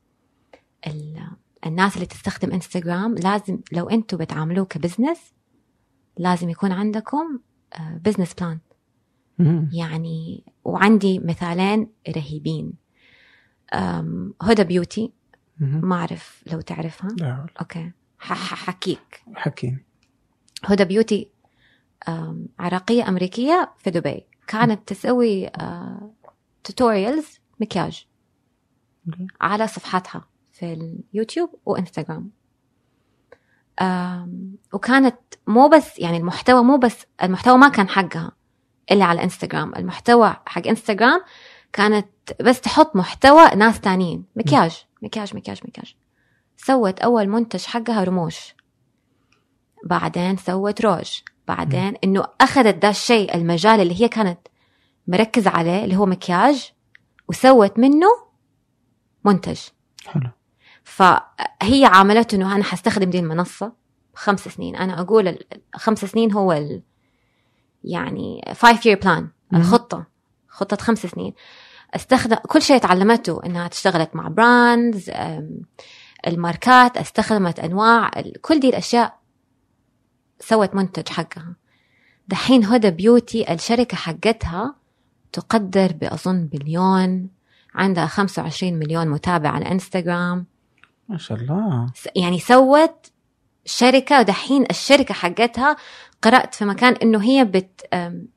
الناس اللي تستخدم إنستغرام، لازم لو أنتوا بتعاملوه كبزنس لازم يكون عندكم بزنس بلان يعني. وعندي مثالين رهيبين. هدى بيوتي، ما أعرف لو تعرفها. لا. أوكي حكيك حكيني. هدى بيوتي عراقية أمريكية في دبي، كانت تسوي توتوريالز مكياج على صفحاتها في اليوتيوب وإنستغرام. وكانت مو بس يعني المحتوى مو بس المحتوى ما كان حقها إلا على إنستغرام، المحتوى حق إنستغرام كانت بس تحط محتوى ناس تانيين مكياج مكياج مكياج مكياج. سوت أول منتج حقها رموش، بعدين سوت روج، بعدين إنه أخذت ده الشيء المجال اللي هي كانت مركز عليه اللي هو مكياج وسوت منه منتج حلو. فهي عملت إنه أنا حستخدم دي المنصة خمس سنين. أنا أقول خمس سنين هو ال يعني five year plan، الخطة خطة خمس سنين. استخدم كل شيء تعلمته، إنها اشتغلت مع براندز، الماركات، استخدمت أنواع كل دي الأشياء، سوت منتج حقها. دحين هدى بيوتي الشركة حقتها تقدر بأظن بليون، عندها خمسة وعشرين مليون متابع على إنستغرام ما شاء الله. يعني سوت شركة. ودحين الشركة حقتها قرأت في مكان إنه هي بت أم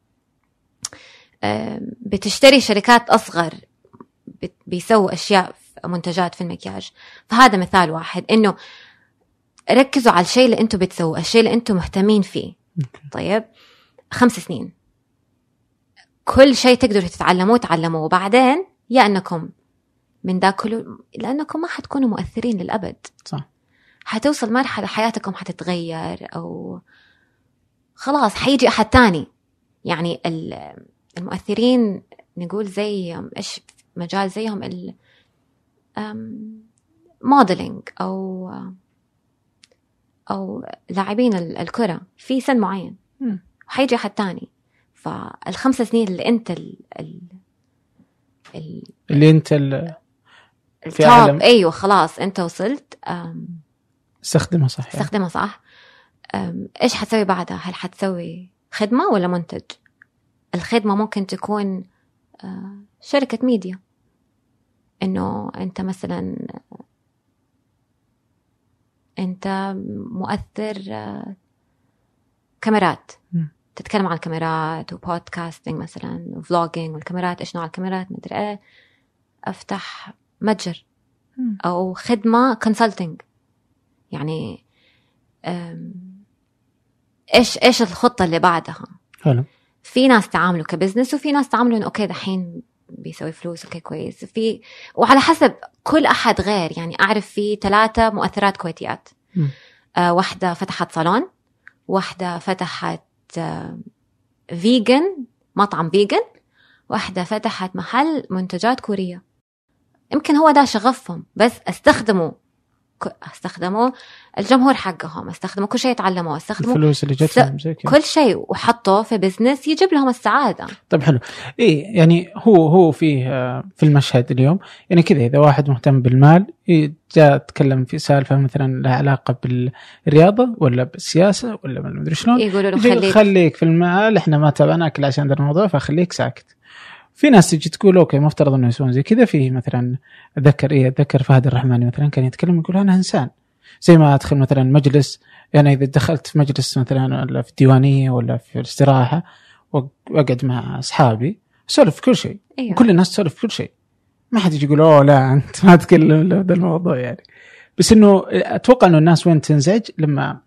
أم بتشتري شركات أصغر بيسووا أشياء منتجات في المكياج. فهذا مثال واحد، إنه ركزوا على الشيء اللي أنتوا بتسووا، الشيء اللي أنتوا مهتمين فيه. طيب خمس سنين كل شيء تقدروا تتعلموه تعلموه، وبعدين يا أنكم من ذا كله، لأنكم ما حتكونوا مؤثرين للأبد. صح. حتوصل مرحلة حياتكم حتتغير، أو خلاص حيجي أحد تاني. يعني المؤثرين نقول زي إيش مجال زيهم الموديلينج أو أو لاعبين الكرة في سن معين، وحيجي أحد تاني. فالخمس سنين اللي أنت ال ال اللي أنت ال التوب. ايوه خلاص انت وصلت، استخدمها صح يعني. استخدمها صح. ايش حتسوي بعدها؟ هل حتسوي خدمة ولا منتج؟ الخدمة ممكن تكون شركة ميديا، انه انت مثلا انت مؤثر كاميرات، م. تتكلم عن الكاميرات وبودكاستنج مثلا وفلوجينج والكاميرات، ايش نوع الكاميرات مدري ايه، افتح متجر م. او خدمة كونسلتنج. يعني ايش ايش الخطة اللي بعدها؟ حلو. في ناس تعاملوا كبزنس وفي ناس تعاملوا انه اوكي دحين بيسوي فلوس، اوكي كويس. في وعلى حسب كل احد غير. يعني اعرف في ثلاثة مؤثرات كويتيات، آه واحدة فتحت صالون، واحدة فتحت آه فيجن مطعم فيجن، واحدة فتحت محل منتجات كورية. يمكن هو ده شغفهم، بس استخدموا استخدموا الجمهور حقهم، استخدموا كل شيء يتعلموا، استخدموا الفلوس اللي جتهم زي كده كل شيء وحطوه في بزنس يجيب لهم السعادة. طيب حلو. إيه يعني هو هو فيه في المشهد اليوم يعني كذا، إذا واحد مهتم بالمال جاء تكلم في سالفة مثلا لها علاقة بالرياضة ولا بالسياسة ولا ما أدري شلون، يقولوا له خليك. خليك في المال، إحنا ما تبعناك عشان هذا الموضوع فخليك ساكت. في ناس تجي تقول أوكي مفترض إنه يسوون زي كذا. في مثلا ذكر إيه ذكر فهد الرحماني مثلا كان يتكلم يقول أنا إنسان زي ما أدخل مثلا مجلس، يعني إذا دخلت في مجلس مثلا ولا في الديوانية ولا في الاستراحة وأقعد مع أصحابي أسولف كل شيء. أيوة. كل الناس تسولف كل شيء، ما حد يجي يقول أوه لا أنت ما تتكلم هذا الموضوع يعني. بس إنه أتوقع إنه الناس وين تنزعج لما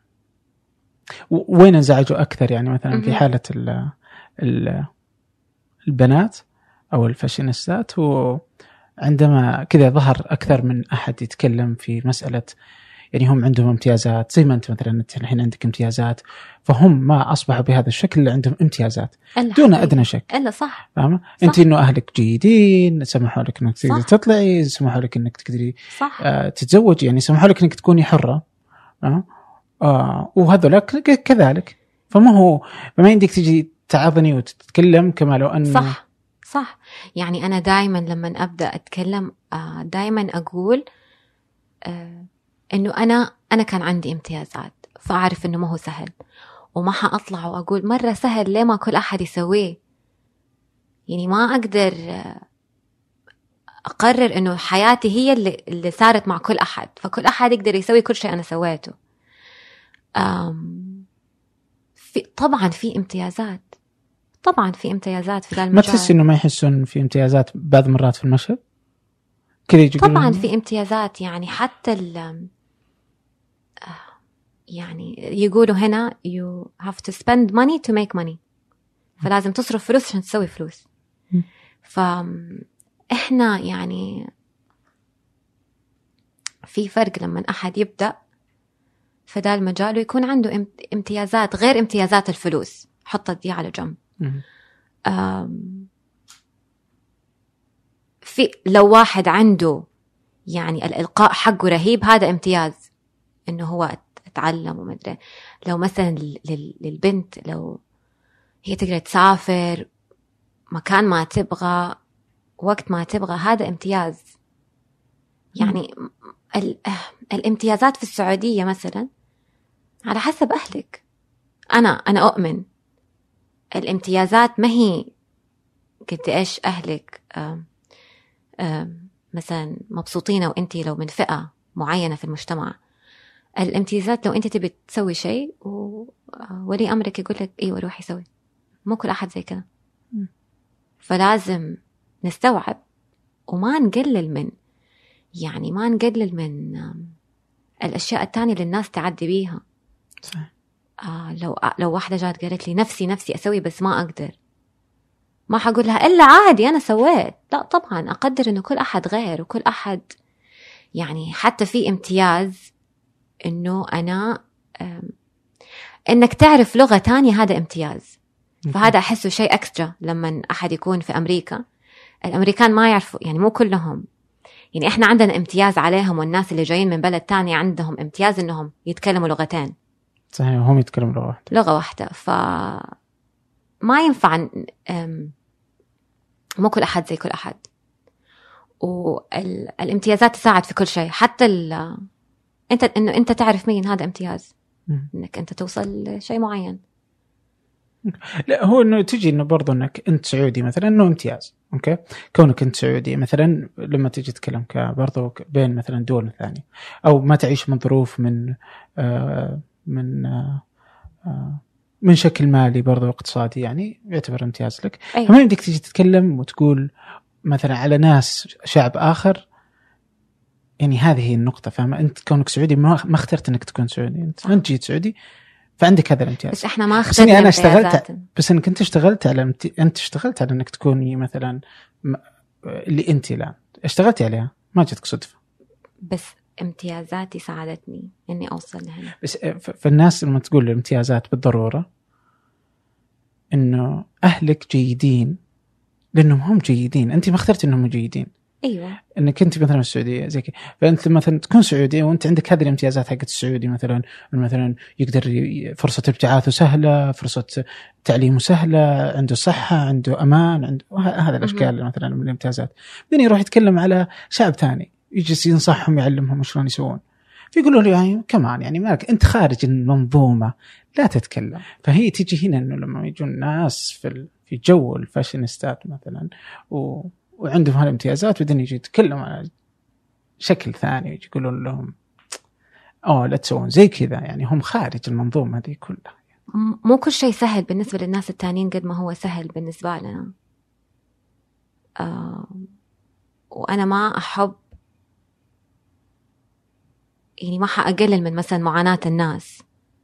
وين انزعجوا أكثر يعني مثلا في حالة ال ال البنات أو الفاشينيستات، وعندما كذا ظهر أكثر من أحد يتكلم في مسألة يعني هم عندهم امتيازات زي ما أنت مثلا أنت الحين عندك امتيازات، فهم ما أصبحوا بهذا الشكل اللي عندهم امتيازات دون أدنى شك. إلا صح. فاهمة؟ أنت إنه أهلك جيدين، سمحوا لك إنك تقدري تطلعي، سمحوا لك إنك تقدري آه تتزوجي، يعني سمحوا لك إنك تكوني حرة. آه آه وهذا كذلك. فما هو فما عندك تجي تعظني وتتكلم كما لو أن صح صح. يعني أنا دائما لما أبدأ أتكلم آه دائما أقول آه إنه أنا أنا كان عندي امتيازات، فأعرف إنه ما هو سهل، وما حأطلع وأقول مرة سهل ليه ما كل أحد يسويه. يعني ما أقدر أقرر إنه حياتي هي اللي, اللي صارت مع كل أحد، فكل أحد يقدر يسوي كل شيء أنا سويته. أم في طبعا في امتيازات، طبعا في امتيازات في ذا المجال. ما تحس إنه ما يحسون في امتيازات بعض مرات في المشهد كذا يجي؟ طبعا في امتيازات، يعني حتى ال يعني يقولوا هنا you have to spend money to make money، فلازم تصرف فلوس عشان تسوي فلوس. فإحنا يعني في فرق لما أحد يبدأ في ذا المجال ويكون عنده امتيازات غير امتيازات الفلوس، حط دي على جنب. في لو واحد عنده يعني الإلقاء حقه رهيب، هذا امتياز إنه هو تتعلم ومدري. لو مثلا للبنت لو هي تقدر تسافر مكان ما تبغى وقت ما تبغى، هذا امتياز. يعني الامتيازات في السعودية مثلا على حسب أهلك. أنا أنا أؤمن الامتيازات ما هي قد إيش أهلك آم آم مثلا مبسوطين، وأنتي لو من فئة معينة في المجتمع. الامتيازات لو أنت تبي تسوي شيء وولي أمرك يقول لك إيه وروحي سوي، مو كل أحد زي كذا. فلازم نستوعب وما نقلل من يعني ما نقلل من الأشياء التانية اللي الناس تعدي بيها. صح. آه لو لو واحدة جات قالت لي نفسي نفسي أسوي بس ما أقدر، ما حقول لها إلا عادي أنا سويت. لا طبعا أقدر إنه كل أحد غير، وكل أحد يعني حتى في امتياز إنه أنا إنك تعرف لغة تانية، هذا امتياز. فهذا أحسه شيء أكسترا لما أحد يكون في أمريكا. الأمريكان ما يعرفوا، يعني مو كلهم، يعني إحنا عندنا امتياز عليهم، والناس اللي جايين من بلد تاني عندهم امتياز إنهم يتكلموا لغتين. صحيح، هم يتكلموا لغة واحدة لغة واحدة. فما ينفع، مو كل أحد زي كل أحد. والامتيازات تساعد في كل شيء، حتى ال انت انه انت تعرف مين هذا امتياز، انك انت توصل لشيء معين. لا هو انه تجي انه برضو انك انت سعودي مثلا انه امتياز، اوكي، كونك انت سعودي مثلا لما تيجي تتكلم برضو بين مثلا دول ثانيه او ما تعيش من ظروف من آه من آه من شكل مالي برضو اقتصادي يعني يعتبر امتياز لك. أيوة. فما يمديك تيجي تتكلم وتقول مثلا على ناس شعب آخر، يعني هذه هي النقطة. فاهمة؟ أنت كونك سعودي ما ما اخترت أنك تكون سعودي، أنت أنت جيت سعودي فعندك هذا الامتياز. بس إحنا ما اخترنا. أنا اشتغلت بس إنك أنت اشتغلت على امت... أنت اشتغلت على إنك تكوني مثلا م... اللي أنت لا اشتغلتي عليها، ما جتك صدفة. بس امتيازاتي ساعدتني إني أوصل لهنا. بس فالناس لما تقول الامتيازات بالضرورة إنه أهلك جيدين لأنهم هم جيدين، أنت ما اخترت إنهم جيدين. أيوة. إنك أنت مثلا السعودية زي كذا، فأنت مثلا تكون سعودي وأنت عندك هذه الامتيازات حقت السعودي، مثلا مثلا يقدر فرصة ابتعاثه سهلة، فرصة تعليمه سهلة، عنده صحة، عنده أمان، عنده هذا الأشكال مثلا من الامتيازات. بعدين يروح يتكلم على شعب ثاني يجلس ينصحهم يعلمهم شلون يسوون، فيقولوا له يعني كمان يعني مالك أنت خارج المنظومة لا تتكلم. فهي تيجي هنا إنه لما يجون الناس في في جو الفاشينيستات مثلا و وعندهم هالامتيازات بدهم يجي يتكلموا على شكل ثاني ويجي يقولون لهم أوه لا تسوون زي كذا، يعني هم خارج المنظومة هذه كلها. مو كل شيء سهل بالنسبة للناس التانيين قد ما هو سهل بالنسبة لنا. آه وأنا ما أحب يعني ما حأقلل من مثلا معاناة الناس،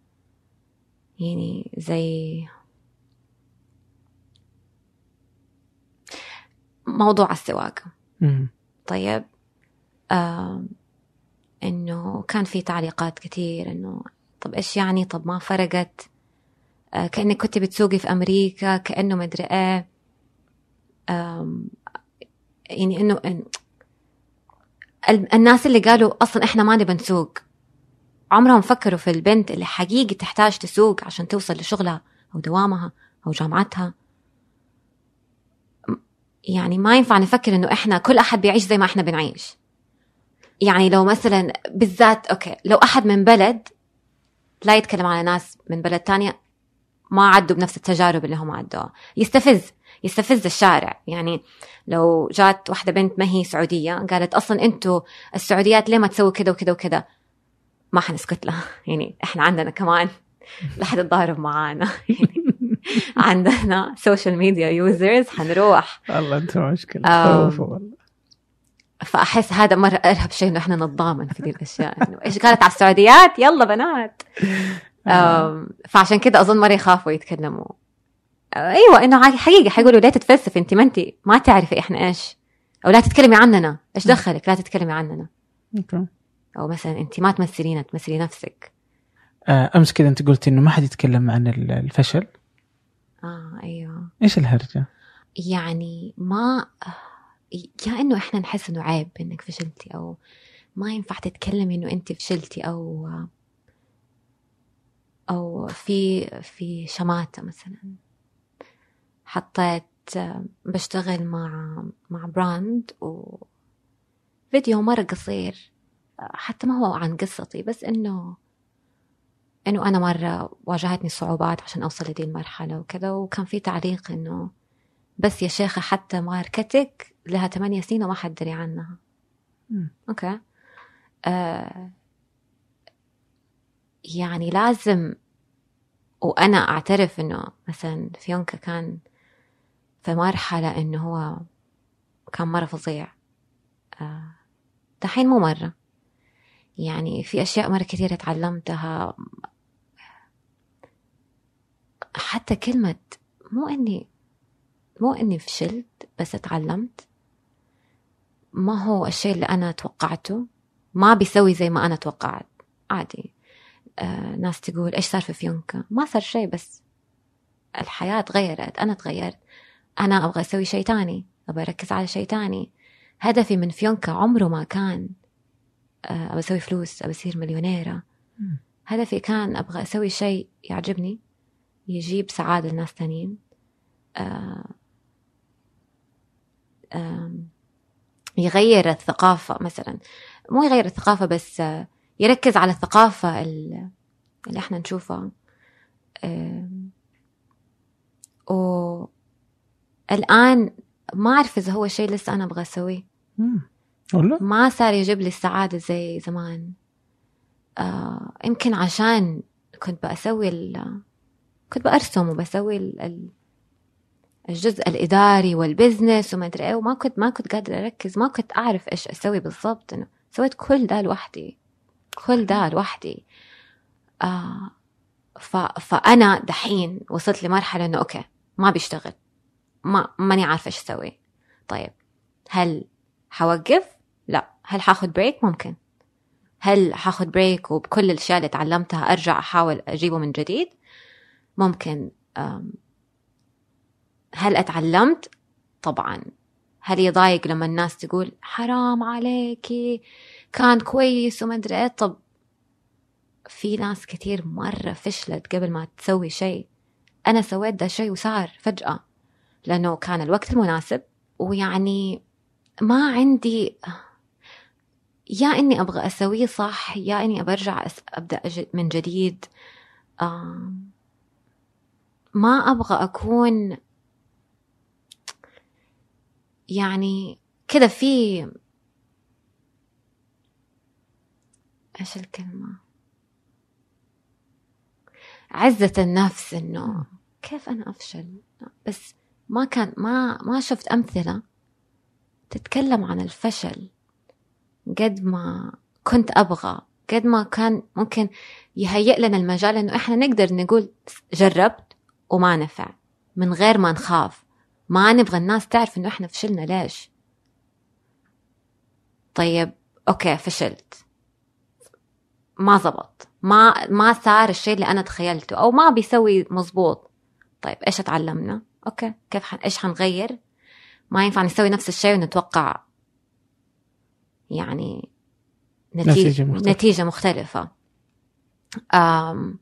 يعني زي موضوع السواقة. طيب آه إنه كان في تعليقات كتير إنه طب إيش يعني، طب ما فرقت، آه كأنك كنت بتسوقي في أمريكا، كأنه مدري إيه. آه يعني إنه إن الناس اللي قالوا أصلا إحنا ما نبي نسوق عمرهم فكروا في البنت اللي حقيقي تحتاج تسوق عشان توصل لشغلها أو دوامها أو جامعتها. يعني ما ينفع نفكر إنه إحنا كل أحد بيعيش زي ما إحنا بنعيش. يعني لو مثلا بالذات أوكي لو أحد من بلد لا يتكلم على ناس من بلد تانية ما عدوا بنفس التجارب اللي هم عدوها، يستفز يستفز الشارع. يعني لو جات واحدة بنت ما هي سعودية قالت أصلا أنتوا السعوديات ليه ما تسوي كده وكده وكده، ما حنسكت لها. يعني إحنا عندنا كمان لحد الضارب معانا يعني عندنا سوشيال ميديا يوزرز حنروح الله أنت مشكلة خوف والله. فأحس هذا مرة أرهب شيء إنه إحنا نتضامن في دي الأشياء. إنه إيش قالت على السعوديات يلا بنات. فعشان كده أظن مرة يخافوا يتكلموا. أيوة إنه حقيقة حيقولوا ليه تتفلسف أنت ما أنت ما تعرفي إحنا إيش، أو لا تتكلمي عننا، إيش دخلك لا تتكلمي عننا. أو مثلا أنت ما تمثلينا تمثلي نفسك. أمس كذا أنت قلت إنه ما حد يتكلم عن الفشل. آه أيوة. إيش الهرجة؟ يعني ما يا إنه إحنا نحس إنه عيب إنك فشلتي، أو ما ينفع تتكلمي إنه أنت فشلتي، أو أو في في شماتة. مثلا حطيت بشتغل مع مع براند وفيديو مرة قصير، حتى ما هو عن قصتي بس إنه إنه أنا مرة واجهتني صعوبات عشان أوصل لدي المرحلة وكذا، وكان في تعليق إنه بس يا شيخة حتى ماركتك لها ثمانية سنين وما حد دري عنها. م. أوكي. آه يعني لازم، وأنا أعترف إنه مثلا فيونكا كان في مرحلة إنه هو كان مرة فظيع. آه دحين مو مرة، يعني في أشياء مرة كثيرة تعلمتها. حتى كلمة مو إني مو إني فشلت بس تعلمت، ما هو الشيء اللي أنا توقعته ما بيسوي زي ما أنا توقعت. عادي. آه ناس تقول إيش صار في فيونكا، ما صار شيء، بس الحياة تغيرت، أنا تغيرت، أنا أبغى أسوي شيء تاني، أبغى أركز على شيء تاني. هدفي من فيونكا عمره ما كان آه أبغى أسوي فلوس، أبغى أصير مليونيرة. م. هدفي كان أبغى أسوي شيء يعجبني يجيب سعادة للناس تانيين. آه يغير الثقافة مثلا، مو يغير الثقافة بس يركز على الثقافة اللي احنا نشوفها. والآن ما أعرف إذا هو شيء لسه أنا أبغى أسويه، ما صار يجيب لي السعادة زي زمان. آه، يمكن عشان كنت بأسوي ال... كنت بأرسم وبسوي ال... الجزء الإداري والبزنس وما أدري إيه، وما كنت ما كنت قادرة أركز، ما كنت أعرف إيش أسوي بالضبط. أنا سويت كل ده لوحدي، كل ده لوحدي. آه ف... فأنا دحين وصلت لمرحلة إنه أوكي ما بيشتغل، ما ماني عارفة إيش أسوي. طيب هل حوقف؟ لا. هل حاخد بريك؟ ممكن. هل حاخد بريك وبكل الأشياء اللي تعلمتها أرجع أحاول أجيبه من جديد؟ ممكن. هل أتعلمت؟ طبعا. هل يضايق لما الناس تقول حرام عليكي كان كويس وما أدري إيه؟ طب في ناس كتير مرة فشلت قبل ما تسوي شيء. أنا سويت ده شيء وصار فجأة لأنه كان الوقت المناسب، ويعني ما عندي يا إني أبغى أسويه صح يا إني أبرجع أبدأ من جديد. آه ما أبغى أكون يعني كده في إيش الكلمة، عزة النفس، إنه كيف أنا أفشل. بس ما كان ما ما شفت أمثلة تتكلم عن الفشل قد ما كنت أبغى، قد ما كان ممكن يهيئ لنا المجال إنه إحنا نقدر نقول جربت وما نفع من غير ما نخاف. ما نبغى الناس تعرف إنه إحنا فشلنا ليش. طيب أوكي فشلت، ما زبط، ما ما صار الشيء اللي أنا تخيلته أو ما بيسوي مزبوط. طيب إيش اتعلمنا؟ أوكي كيف حن إيش حنغير؟ ما ينفع نسوي نفس الشيء ونتوقع يعني نتيجة, نتيجة مختلفة, نتيجة مختلفة. أم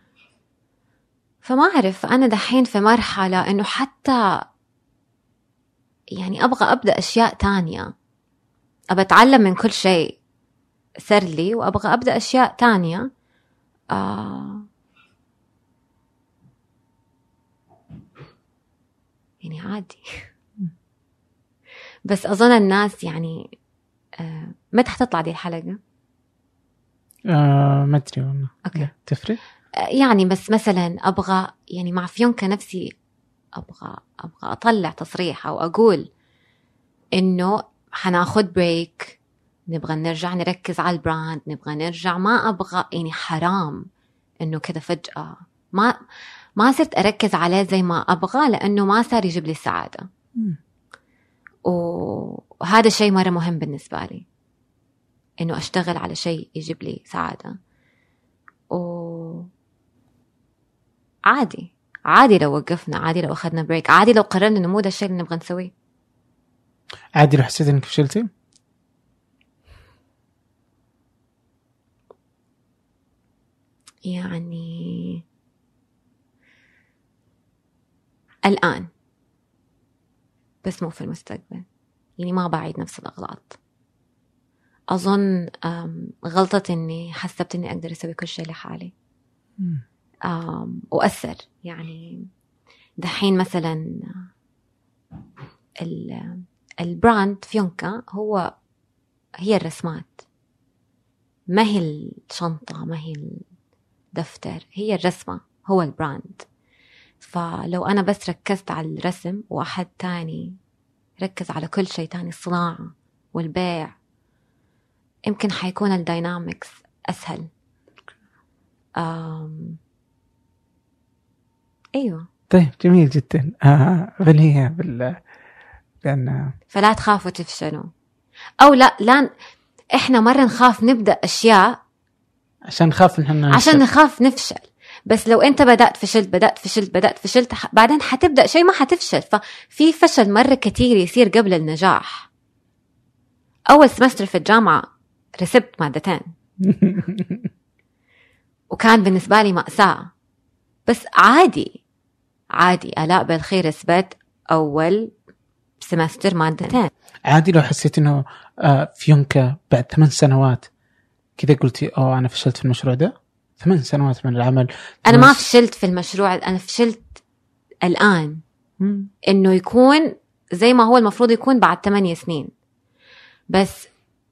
فما أعرف، أنا دحين في مرحلة إنه حتى يعني أبغى أبدأ أشياء تانية، أبغى أتعلم من كل شيء سر لي وأبغى أبدأ أشياء تانية. آه يعني عادي. بس أظن الناس يعني آه متى حتطلع دي الحلقة؟ آه ما أدري والله. أوكي تفرق آه يعني بس مثلا أبغى يعني مع فيونكا نفسي أبغى أبغى أطلع تصريح أو أقول إنه حناخد بريك، نبغى نرجع نركز على البراند، نبغى نرجع. ما أبغى يعني حرام إنه كده فجأة ما ما صرت أركز عليه زي ما أبغى، لأنه ما صار يجيب لي السعادة. م. وهذا الشيء مرة مهم بالنسبة لي، إنه أشتغل على شيء يجيب لي سعادة. و عادي عادي لو وقفنا، عادي لو أخذنا بريك، عادي لو قررنا إنه مو ده الشيء اللي نبغى نسويه. عادي لو حسيت إنك فشلتي. يعني الآن بس مو في المستقبل، يعني ما بعيد نفس الأغلاط. أظن غلطة إني حسبت إني أقدر أسوي كل شيء لحالي وأثر. يعني دحين مثلا البراند فيونكا هو هي الرسمات، ما هي الشنطة، ما هي الدفتر، هي الرسمة، هو البراند. فلو أنا بس ركزت على الرسم وأحد تاني ركز على كل شيء تاني، الصناعة والبيع، يمكن حيكون الداينامكس أسهل. أم... أيوة. طيب جميل جدا. آه غنية بال لأن فلا تخافوا تفشلوا، أو لا لا إحنا مرة نخاف نبدأ أشياء عشان نخاف نحن عشان نخاف نفشل. بس لو أنت بدأت فشلت بدأت فشلت بدأت فشلت بعدين حتبدأ شيء ما حتفشل. ففي فشل مرة كتير يصير قبل النجاح. أول سمستر في الجامعة رسبت مادتين وكان بالنسبة لي مأساة، بس عادي عادي. ألاء بالخير رسبت أول السمستر مادتين. عادي لو حسيت إنه فيونكا بعد ثمان سنوات كذا قلتي أوه أنا فشلت في المشروع ده؟ ثمان سنوات من العمل. أنا ما فشلت في المشروع، أنا فشلت الآن م. إنه يكون زي ما هو المفروض يكون بعد ثمانية سنين، بس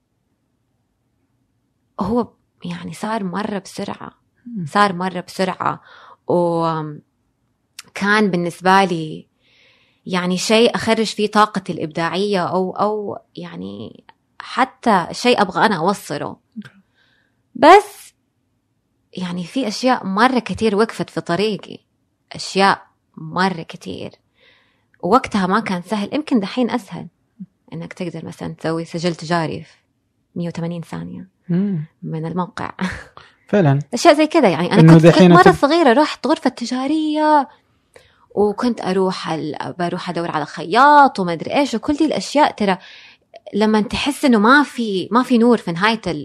هو يعني صار مرة بسرعة م. صار مرة بسرعة، وكان بالنسبة لي يعني شيء أخرج فيه طاقتي الإبداعية أو أو يعني حتى شيء أبغى أنا أوصله. بس يعني في أشياء مرة كتير وقفت في طريقي، أشياء مرة كتير، ووقتها ما كان سهل. يمكن دحين أسهل إنك تقدر مثلا تسوي سجل تجاري في مية وثمانين ثانية مم. من الموقع فعلا أشياء زي كده. يعني أنا كنت, كنت مرة صغيرة رحت غرفة تجارية وكنت أروح بروح أدور على خياط وما أدري إيش، وكل دي الأشياء ترى لما تحس إنه ما في ما في نور في نهاية ال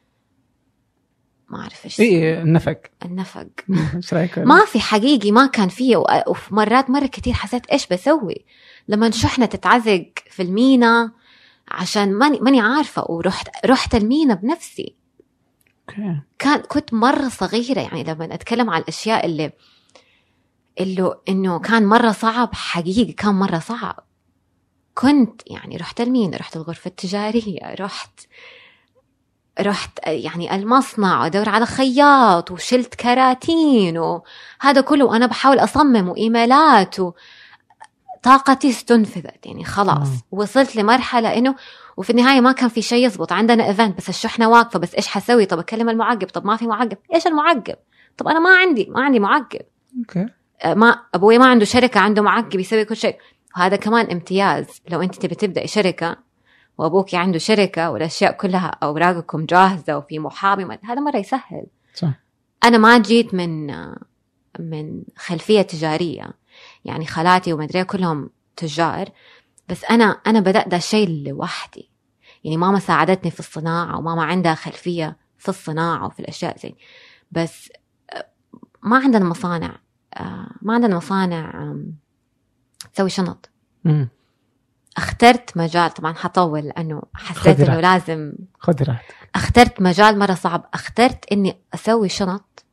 ما أعرف إيش إيه النفق النفق ما في حقيقي، ما كان فيه. وفي مرات مرة كتير حسيت إيش بسوي لما شحنة تتعزق في المينا عشان ماني ماني عارفة، ورحت رحت المينا بنفسي. كان كنت مرة صغيرة، يعني لما أتكلم عن الأشياء اللي اللي إنه كان مرة صعب، حقيقي كان مرة صعب. كنت يعني رحت المينا، رحت الغرفة التجارية، رحت رحت يعني المصنع أدور على خياط، وشلت كراتين وهذا كله، وأنا بحاول أصمم وإيميلات، وطاقتي استنفذت يعني خلاص. مم. وصلت لمرحلة إنه وفي النهاية ما كان في شيء يزبط. عندنا إيفنت بس الشحنة واقفة، بس إيش حسوي؟ طب أكلم المعقب، طب ما في معقب، إيش المعقب؟ طب أنا ما عندي ما عندي معقب. أوكي. ما أبوي ما عنده شركة، عنده معقب يسوي كل شيء. وهذا كمان امتياز لو أنت تبي تبدأ شركة وأبوك عنده شركة والأشياء كلها أوراقكم جاهزة وفي محامي، هذا مرة يسهل. صح. أنا ما جيت من من خلفية تجارية، يعني خالاتي ومدري كلهم تجار، بس أنا أنا بدأت ده الشيء لوحدي. يعني ماما ساعدتني في الصناعة، وماما عندها خلفية في الصناعة وفي الأشياء زي، بس ما عندنا مصانع ما عندنا مصانع تسوي شنط. م. اخترت مجال، طبعا حطول لأنه حسيت إنه لازم خضرات. اخترت مجال مرة صعب. اخترت إني أسوي شنط،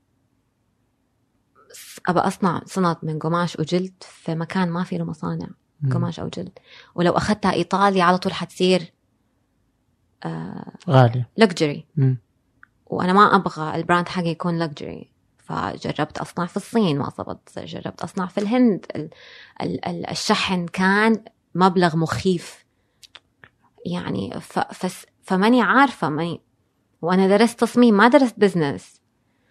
أبى أصنع شنط من قماش وجلد في مكان ما فيه له مصانع م. قماش أو جلد. ولو أخذتها إيطاليا على طول حتصير آه غالي لكجري، وأنا ما أبغى البراند حقي يكون لكجري. فجربت أصنع في الصين ما زبط، جربت أصنع في الهند. ال ال ال الشحن كان مبلغ مخيف يعني. ف ف فماني عارفة ماني، وأنا درست تصميم ما درست بزنس.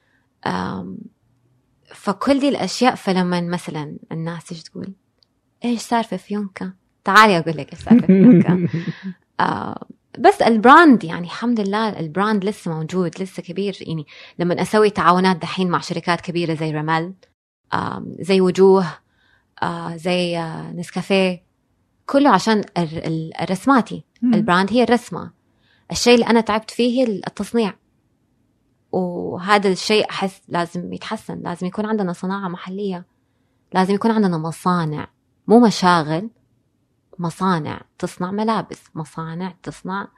فكل دي الأشياء. فلما مثلا الناس تيجي تقول إيش صار في فيونكا، تعالي أقول لك إيش صار في فيونكا. آه بس البراند يعني الحمد لله البراند لسه موجود، لسه كبير. يعني لما أسوي تعاونات دحين مع شركات كبيرة زي رمال، آه زي وجوه، آه زي آه نسكافيه، كله عشان الرسماتي. البراند هي الرسمة. الشيء اللي أنا تعبت فيه هي التصنيع، وهذا الشيء أحس لازم يتحسن. لازم يكون عندنا صناعة محلية، لازم يكون عندنا مصانع، مو مشاغل، مصانع تصنع ملابس، مصانع تصنع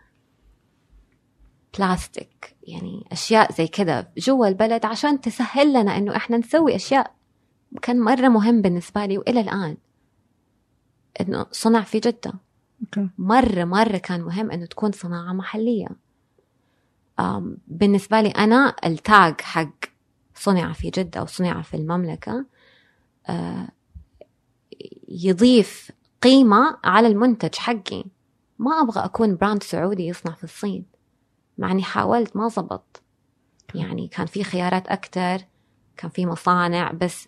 بلاستيك، يعني أشياء زي كده جوا البلد عشان تسهل لنا إنه إحنا نسوي أشياء. كان مرة مهم بالنسبة لي وإلى الآن إنه صنع في جدة. مرة مرة كان مهم إنه تكون صناعة محلية. بالنسبة لي أنا التاج حق صنع في جدة أو صنع في المملكة يضيف قيمة على المنتج حقي. ما أبغى أكون براند سعودي يصنع في الصين، مع أني حاولت ما زبط. يعني كان في خيارات أكتر، كان في مصانع، بس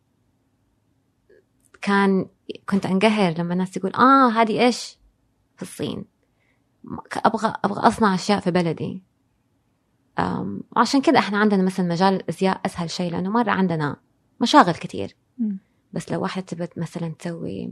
كان كنت أنقهر لما الناس تقول آه هذه إيش في الصين. أبغى أبغى أصنع أشياء في بلدي. عشان كده إحنا عندنا مثلا مجال الأزياء أسهل شيء، لأنه مرة عندنا مشاغل كتير. م. بس لو واحدة تبت مثلا تسوي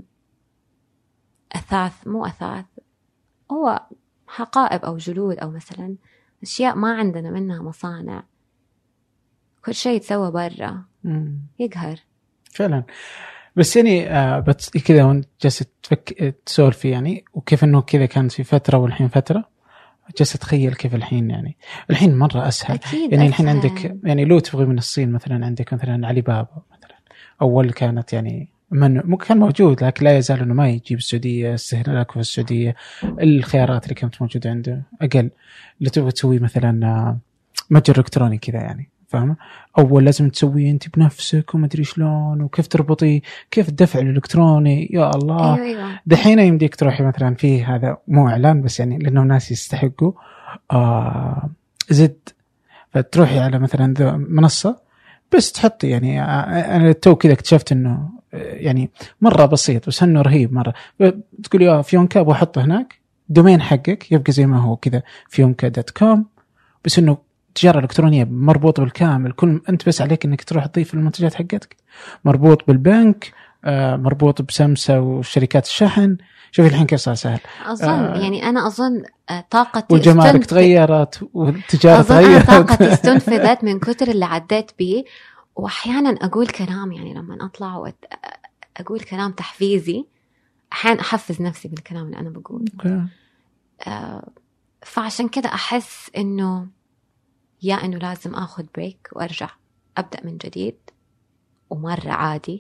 أثاث، مو أثاث، هو حقائب أو جلود أو مثلا أشياء ما عندنا منها مصانع، كل شيء يتسوى برا، يقهر فعلا. بس يعني آه بس كذا وانت جالس تفك تسولف يعني وكيف انه كذا كانت في فتره والحين فتره جالس اتخيل كيف الحين يعني الحين مره اسهل أكيد يعني أسهل. الحين عندك يعني لو تبغي من الصين مثلا عندك مثلا علي بابا مثلا اول كانت يعني من مو كان موجود لكن لا يزال انه ما يجيب السعوديه استهلاكه في السعوديه الخيارات اللي كانت موجوده عنده اقل اللي تبغى تسوي مثلا متجر الكتروني كذا يعني فاهمه اول لازم تسويه انت بنفسك وما ادري شلون وكيف تربطي كيف الدفع الالكتروني يا الله أيوة أيوة. دحين يمديك تروحي مثلا في هذا مو اعلان بس يعني لانه الناس يستحقوا آه زد فتروحي على مثلا منصه بس تحطي يعني انا تو كذا اكتشفت انه يعني مره بسيط بس انه رهيب مره تقول يا فيونكا ابغى احطه هناك دومين حقك يبقى زي ما هو كذا فيونكا دوت كوم بس انه تجاره الكترونيه مربوط بالكامل كل انت بس عليك انك تروح تضيف المنتجات حقتك مربوط بالبنك آه مربوط بسمسة وشركات الشحن شوفي الحين كيف صار سهل أظن آه يعني أنا أظن طاقتي والجمارك تغيرت والتجارة تغيرت أظن طاقتي استنفذت من كتر اللي عديت به وأحيانا أقول كلام يعني لما أطلع وأقول كلام تحفيزي أحيانا أحفز نفسي بالكلام اللي أنا بقول آه فعشان كده أحس إنه يا إنه لازم أخذ بريك وأرجع أبدأ من جديد ومرة عادي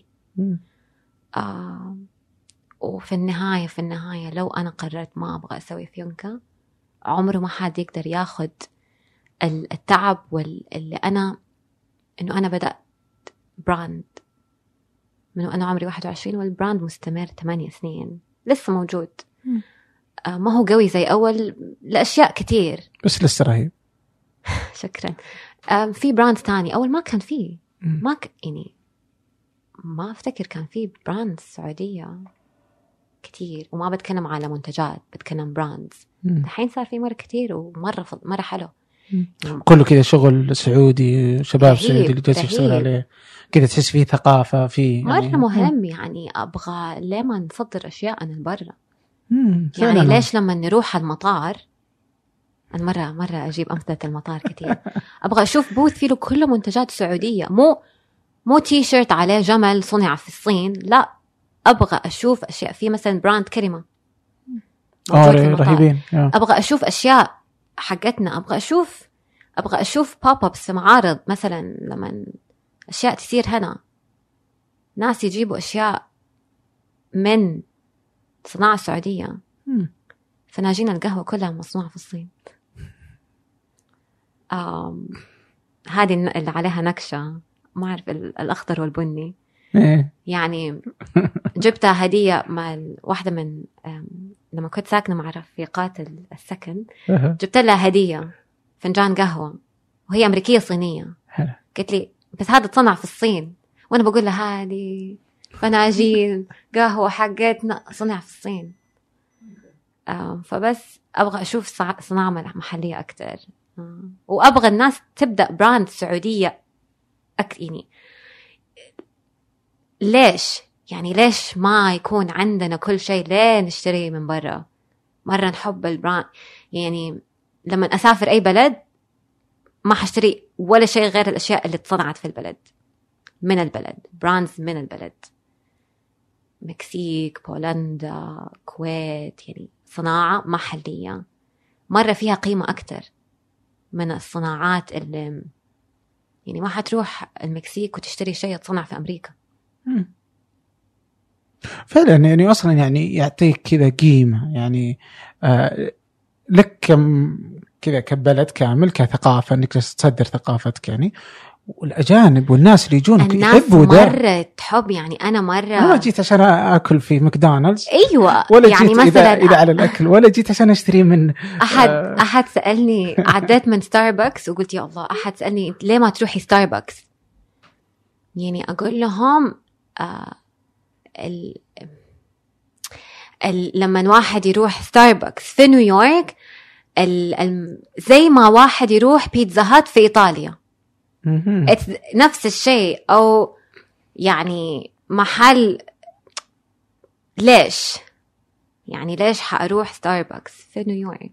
آه وفي النهاية في النهاية لو أنا قررت ما أبغى أسوي فيونكا عمره ما حد يقدر ياخد التعب واللي أنا إنه أنا بدأت براند من وأنا عمري واحد وعشرين والبراند مستمر ثمانية سنين لسه موجود آه ما هو قوي زي أول لأشياء كتير بس لسه رهيب شكرا آه في براند تاني أول ما كان فيه ما ك... يعني ما أفتكر كان فيه براند سعودية كتير وما بتكلم على منتجات بتكلم براندز الحين صار في مرة كتير ومرة فض... مرة حلو كله كذا شغل سعودي شباب سعودي اللي جالس يشتغل عليه كذا تحس فيه ثقافة فيه مرة يعني مهم يعني أبغى ليه ما نصدر أشياء أنا البرة يعني يعني ليش لما نروح المطار أنا مرة مرة أجيب أمثلة المطار كتير أبغى أشوف بوث فيه كله منتجات سعودية مو مو تي شيرت عليه جمل صنع في الصين لا أبغى أشوف أشياء في مثلا براند كلمة رهيبين أبغى أشوف أشياء حقتنا أبغى أشوف أبغى أشوف بوب أبس في معارض مثلا لما أشياء تصير هنا ناس يجيبوا أشياء من صناعة سعودية فناجين القهوة كلها مصنوعة في الصين آم هذه اللي عليها نكشة ما أعرف الأخضر والبني يعني جبتها هدية مع واحدة من لما كنت ساكنة مع رفيقات السكن جبت لها هدية فنجان قهوة وهي أمريكية صينية قلت لي بس هذا تصنع في الصين وأنا بقول لها هذه فناجين قهوة حقتنا صنع في الصين فبس أبغى أشوف صناعة محلية أكتر وأبغى الناس تبدأ براند سعودية أكتر يعني ليش يعني ليش ما يكون عندنا كل شيء ليه نشتري من برا مرة نحب البراند يعني لما أسافر أي بلد ما حشتري ولا شيء غير الأشياء اللي تصنعت في البلد من البلد براندز من البلد مكسيك بولندا كويت يعني صناعة محلية مرة فيها قيمة أكتر من الصناعات اللي يعني ما حتروح المكسيك وتشتري شيء يتصنع في أمريكا فعلا يعني أصلا يعني يعطيك كذا قيمة يعني آه لك كم كذا كبلد كامل كثقافة انك تصدر ثقافتك يعني والاجانب والناس اللي يجونك يحبوا ده مرة تحب يعني انا مرة ما جيت عشان اكل في ماكدونالدز ايوه ولا يعني جيت مثلا إذا, اذا على الاكل ولا جيت عشان اشتري من احد آه احد سالني عديت من ستاربكس وقلت يا الله احد سالني ليه ما تروحي ستاربكس يعني اقول لهم آه ال ال لما واحد يروح ستاربكس في نيويورك ال ال زي ما واحد يروح بيتزا هات في إيطاليا نفس الشيء أو يعني محل ليش يعني ليش حأروح ستاربكس في نيويورك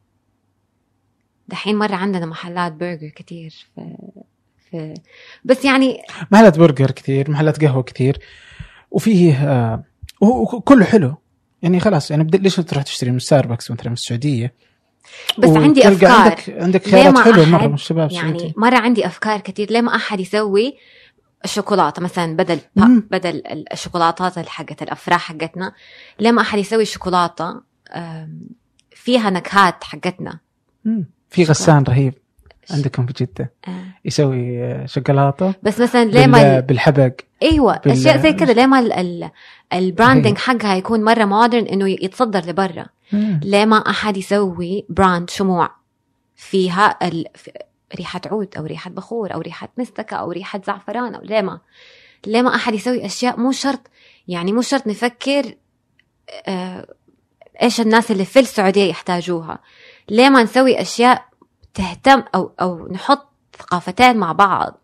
دحين مرة عندنا محلات برجر كتير في, في بس يعني محلات برجر كتير محلات قهوة كتير وفيه آه وكله حلو يعني خلاص يعني بدل ليش تروح تشتري من ستاربكس مثلا في السعودية؟ بس عندي أفكار عندك عندك خيارات حلوة مرة من الشباب يعني سعودي. مرة عندي أفكار كتير. ليه ما أحد يسوي الشوكولاتة مثلا بدل با بدل الشوكولاتات حقت الأفراح حقتنا؟ ليه ما أحد يسوي شوكولاتة فيها نكهات حقتنا؟ مم. في غسان رهيب عندكم في جدة آه. يسوي شوكولاتة بس مثلا ليه ما بالحبق ايوه بال... اشياء زي كذا. ليه ما ال... البراندنج حقها يكون مرة مودرن انه يتصدر لبرا؟ ليه ما احد يسوي براند شموع فيها ال... ريحة عود او ريحة بخور او ريحة مستكة او ريحة زعفران؟ او ليه ما ليه ما احد يسوي اشياء مو شرط يعني مو شرط نفكر آه... ايش الناس اللي في السعودية يحتاجوها؟ ليه ما نسوي اشياء تهتم او او نحط ثقافتين مع بعض؟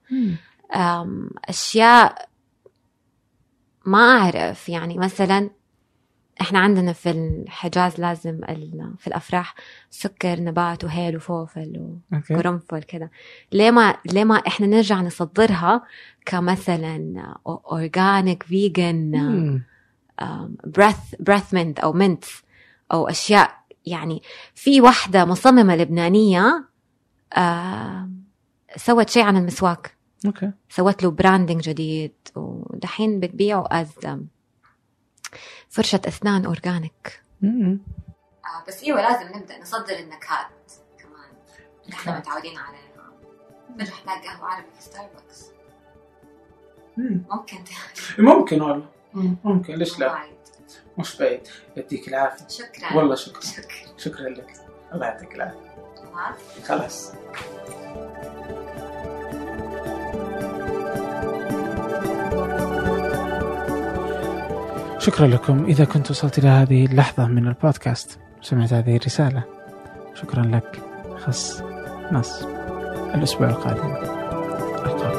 اشياء ما اعرف يعني مثلا احنا عندنا في الحجاز لازم في الافراح سكر نبات وهيل وفوفل وقرنفل كذا. ليه ما ليه ما احنا نرجع نصدرها كمثلا اورجانيك فيجن بريث بريث منت او منت او اشياء؟ يعني في واحدة مصممة لبنانية آه سوت شيء عن المسواك. أوكي. سوت له براندنج جديد ودحين بتبيعه از فرشة أسنان أورجانيك. آه بس إيوه لازم نبدأ نصدر النكهات كمان. نحن متعودين عليها. برجع أحتاج قهوة عربي في ستاربكس. مم. ممكن ممكن والله ممكن ليش لا؟ مش بعيد. يديك العافية. شكرا والله شكرا. شكرا, شكرا لك. الله يعطيك العافية. خلاص. شكرا لكم. إذا كنت وصلت إلى هذه اللحظة من البودكاست وسمعت هذه الرسالة شكرا لك. خص نص الأسبوع القادم.